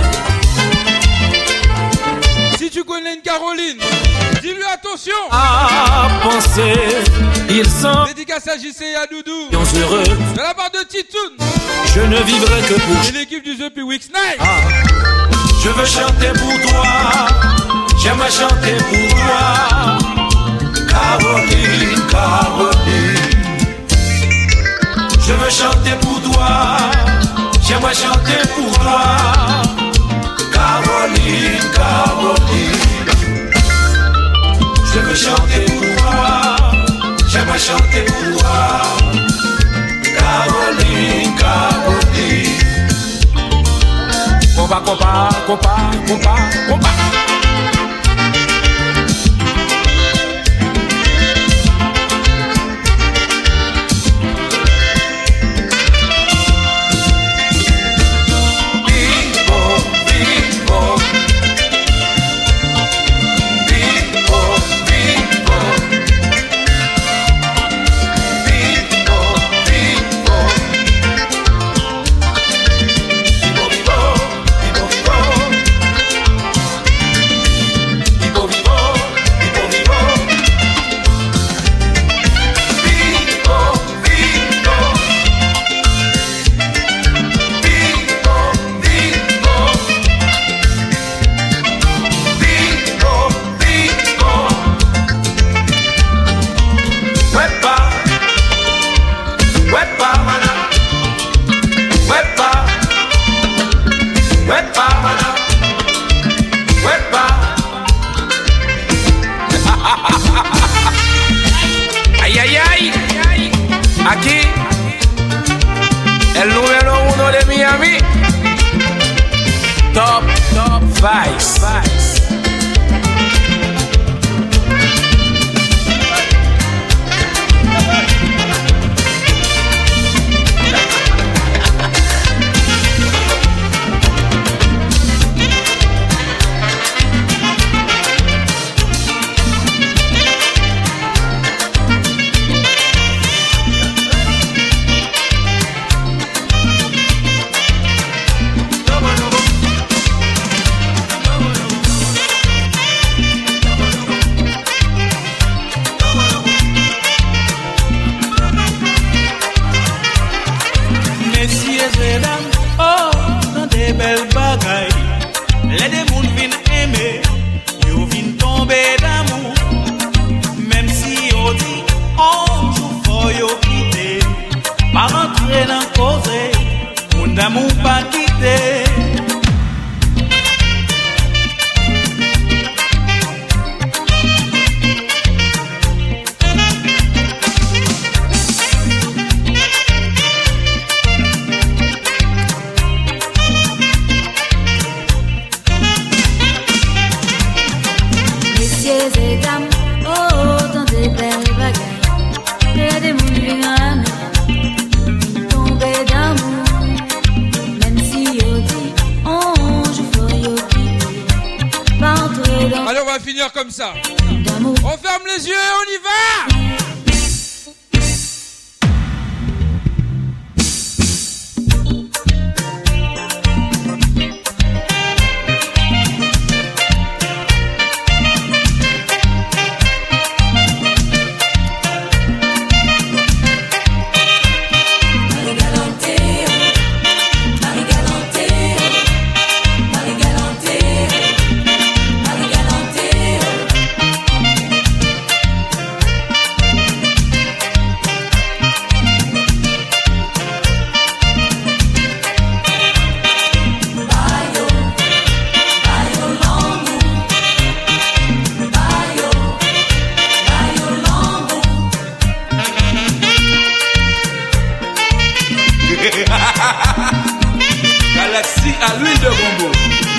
Si tu connais une Caroline, dis-lui attention. À penser, il semble. Dédicace à J C et à Doudou. Heureux. De la part de Titoun. Je ne vivrai que pour. Et l'équipe du The P-Wix Night. Ah. Je veux chanter pour toi. J'aimerais chanter pour toi. Caroline, Caroline. Je veux chanter pour toi. J'aimerais chanter pour toi. Caroline, Caroline. Je veux chanter pour toi. J'aimerais chanter pour toi. Caroline, Caroline. Compa, compa, compa, compa, compa. Aquí, el número uno de Miami. Top, top five. messieurs et dames, oh, dans des belles bagailles. Les démons viennent aimer, ils viennent tomber d'amour. Même si on dit, on joue fort, ils quitter. Pas rentrer dans le causé, mon d'amour pas quitter. Et dames, oh, dans des belles bagailles. Les démons viennent amener, tomber d'amour. Même si on dit, on joue fort, yo quitter. Pas entrer dans. Allez, on va finir comme ça. On ferme les yeux et on y va. Galaxie à l'huile de gombo.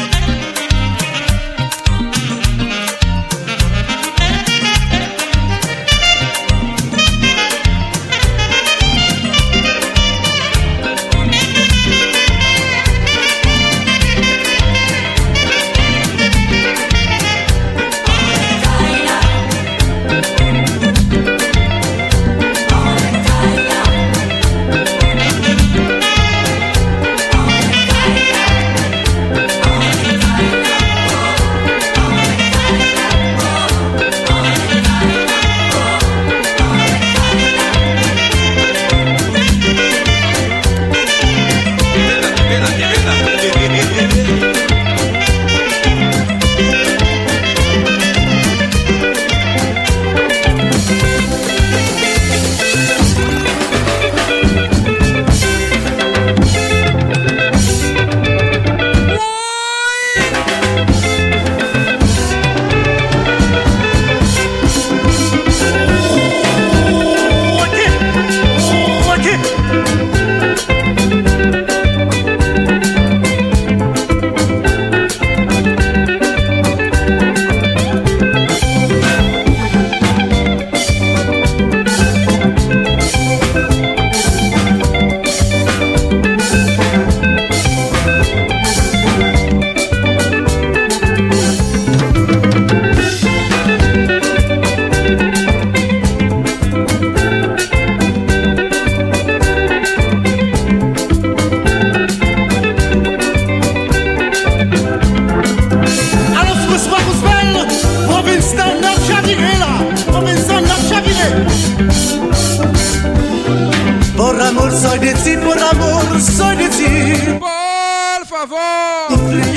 Por amor soy de ti, por amor soy de ti. Por favor.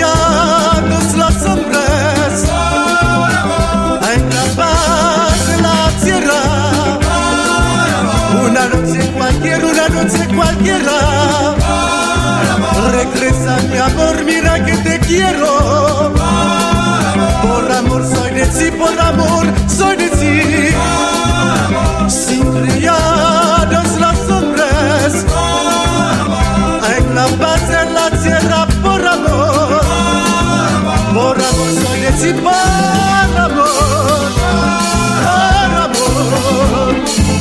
Enfriados los hombres. Por amor. En la paz de la tierra. Por amor. Una noche cualquiera, una noche cualquiera. Por amor. Regresa mi amor, mira que te quiero. Por amor. Por amor soy de ti, por amor soy de ti. Por amor. Sin criados los hombres. Por amor. En la paz de la tierra, por amor. Por amor soy de ti, por amor. Por amor.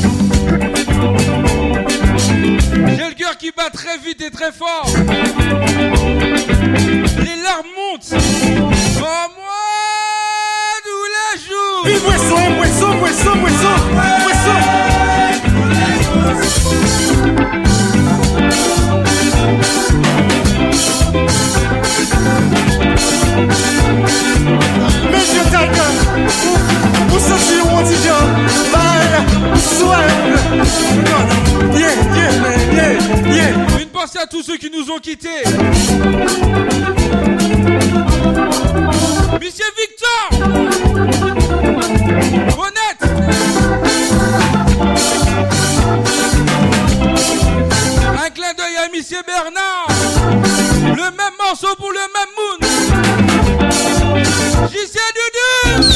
J'ai le cœur qui bat très vite et très fort. Les larmes montent. Oh moi, nous la joue. Y hueso, hueso, hueso, hueso, hueso. Monsieur Tiger, vous sentez où on dit Jean? Bye, soin. Yeah, yeah, man, yeah, yeah. penser à tous ceux qui nous ont quittés. Monsieur Victor Bonnette. Un clin d'œil à Monsieur Bernard. Le même morceau pour le même moon. J C Doudou.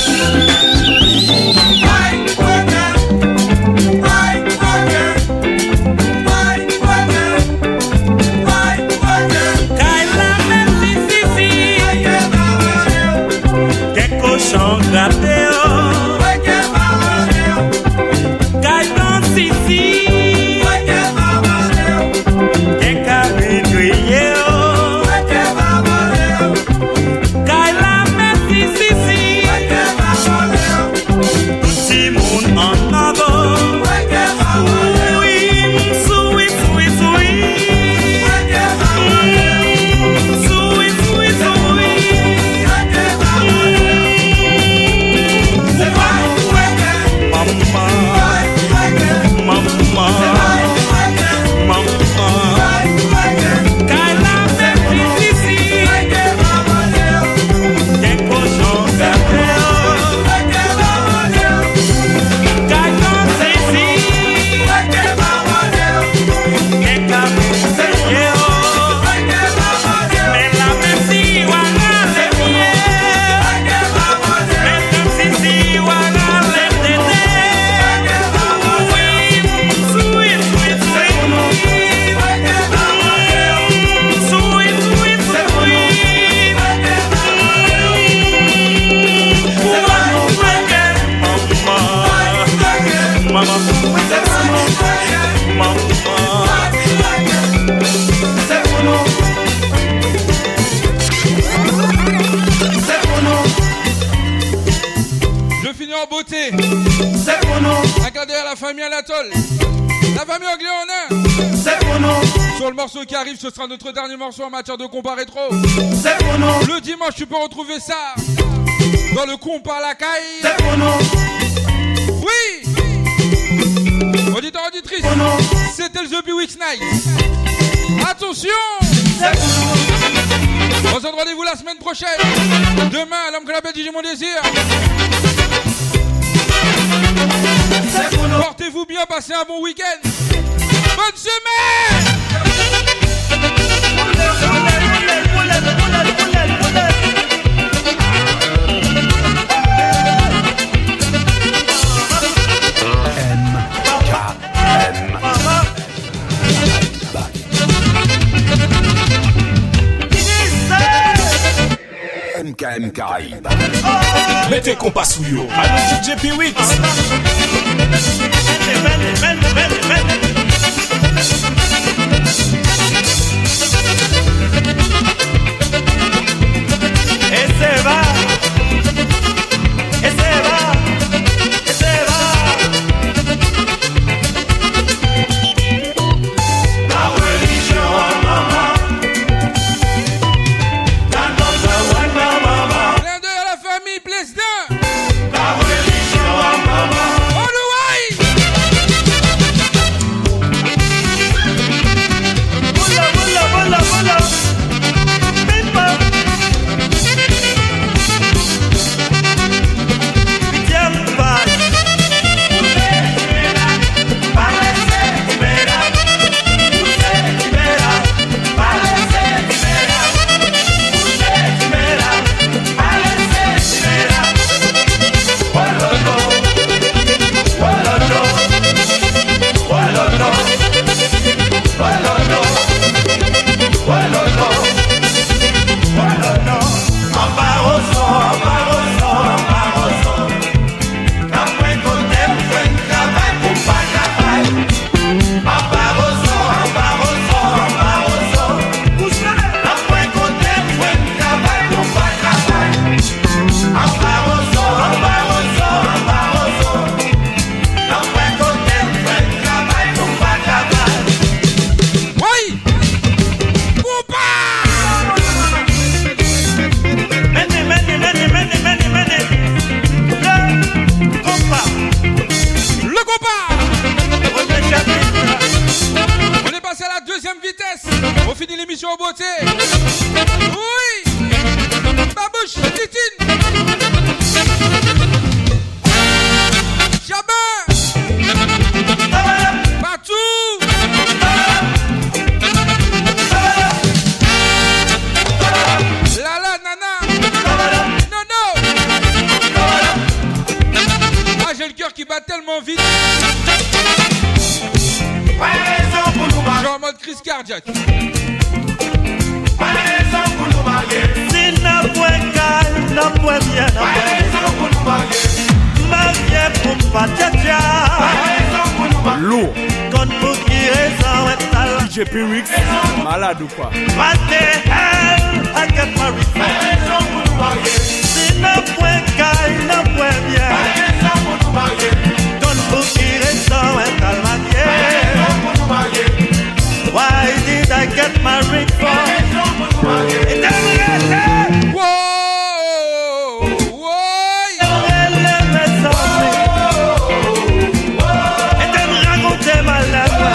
Qui arrive, ce sera notre dernier morceau en matière de combat rétro. Le dimanche, tu peux retrouver ça dans le combat la caille. Oui. Auditeur, auditrice, c'était le The B-Weeks Night. Attention. On se donne rendez-vous la semaine prochaine. Demain, l'homme que l'appelle D J Mon Désir. Portez-vous bien, passez un bon week-end. Bonne semaine. M K M Caraïbes. Mettez compas sous yo. Allô D J P Wix. Ese va, ese va, ese va. La religion, maman. La notre maman. Clin d'œil à la famille Plestin. La religion, maman. On the way. On finit l'émission en beauté. Oui. Babouche, Titine. Jabin. Partout. Lala, nana. Non, non. Ah, j'ai le cœur qui bat tellement vite. Genre en mode crise cardiaque. Si n'a point calme, n'a point bien, n'a point ma vie pour pas tcha Lourd. Quand vous qui raison est à la D J P-Wix, malade ou quoi? What the hell, I get married. Si n'a point calme, n'a point bien, quand vous qui raison est à la why did I get married for? It's Whoa, whoa. Et de me raconter ma lèvre.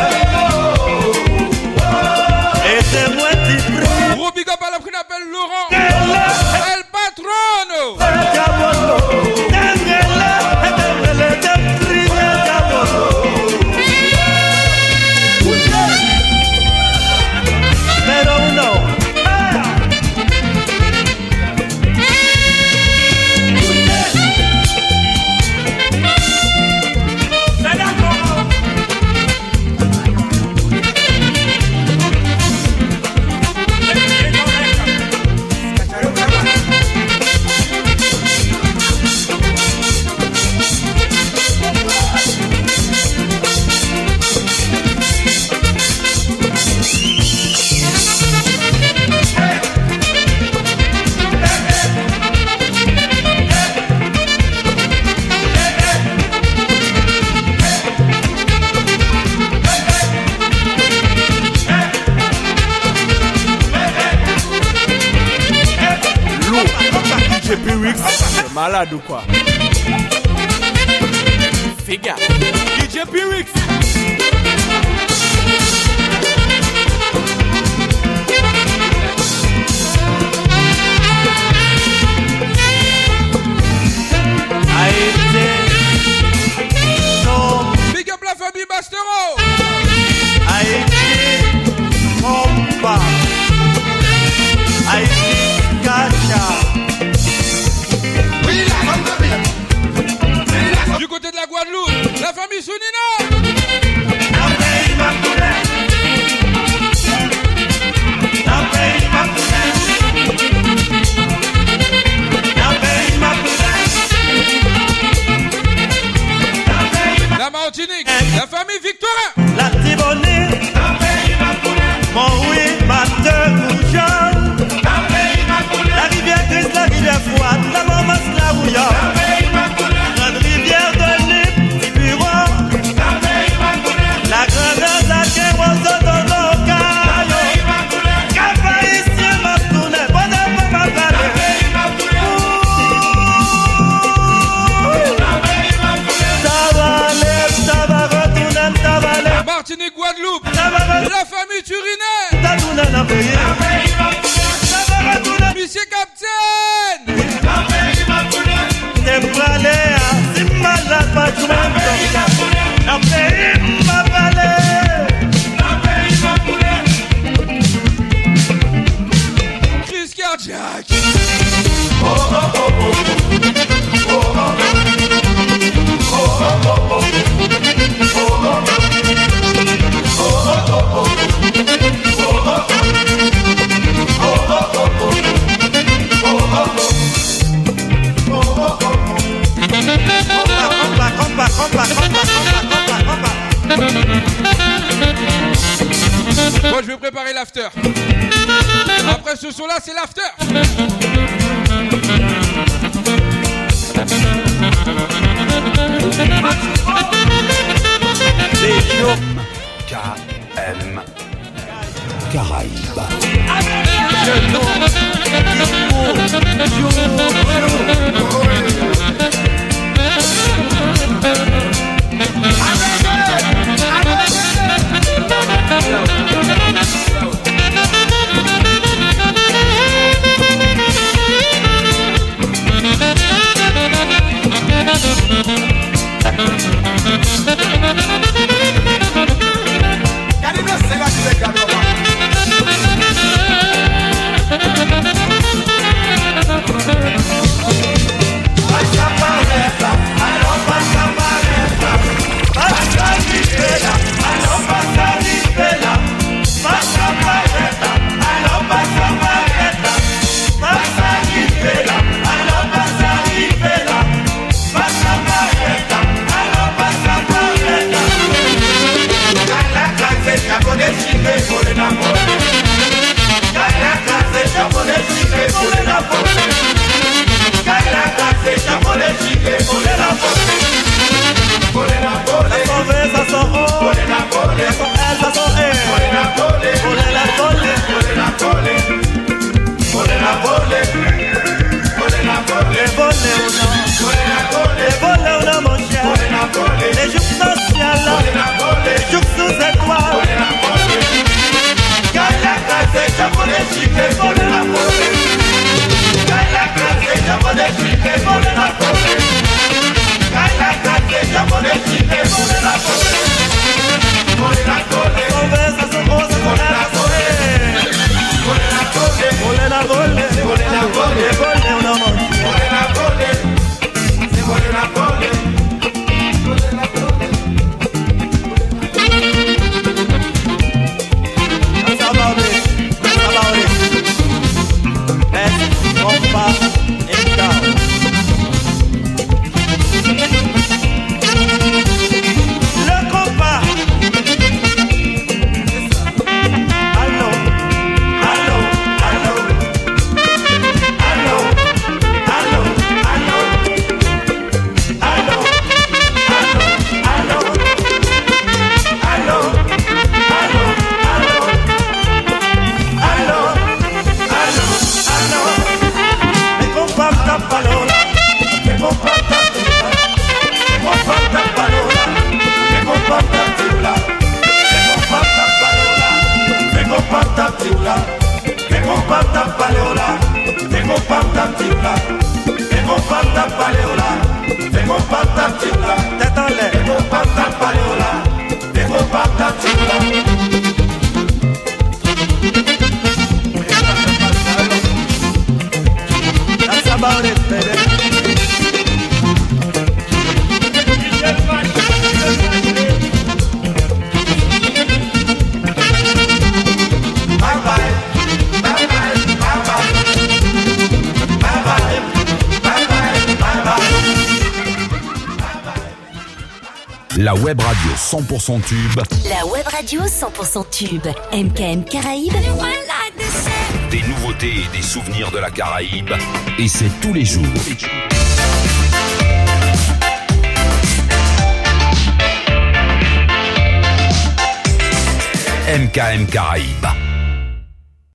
Et c'est moi qui prie. Gros big up à la qu'on appelle Laurent. El Patrono. D J P-Wix, c'est malade ou quoi? Figa. D J P-Wix. Big up la famille Bastero. Haïti, Compa, Haïti, Gacha. Du côté de la Guadeloupe, la famille Sounina. La Martinique, la famille Victorin. La Tibonite, mon oui, ma deux Moujon. La rivière grise, la rivière froide, la maman la bouillon. Grande rivière de Nip, Tiburon. La grandeur de la Kérozo de l'Ocayo. Capa ici, ma tournée, bonne pour ma vallée. Tabalé, tabarotounen, tabalé. Martinique, Guadeloupe, la famille Turinaire. Monsieur Captain. T'es bralé, si malade, pas tout le monde. Un pays m'a valé. Crise cardiaque. Oh oh oh oh. Oh oh oh. Oh oh oh oh. Oh oh oh oh. Moi je vais préparer l'after. Après ce son là c'est l'after. K M Caraïbes. La web radio cent pour cent tube. La web radio cent pour cent tube. M K M Caraïbes. Des nouveautés et des souvenirs de la Caraïbe. Et c'est tous les jours. M K M Caraïbes.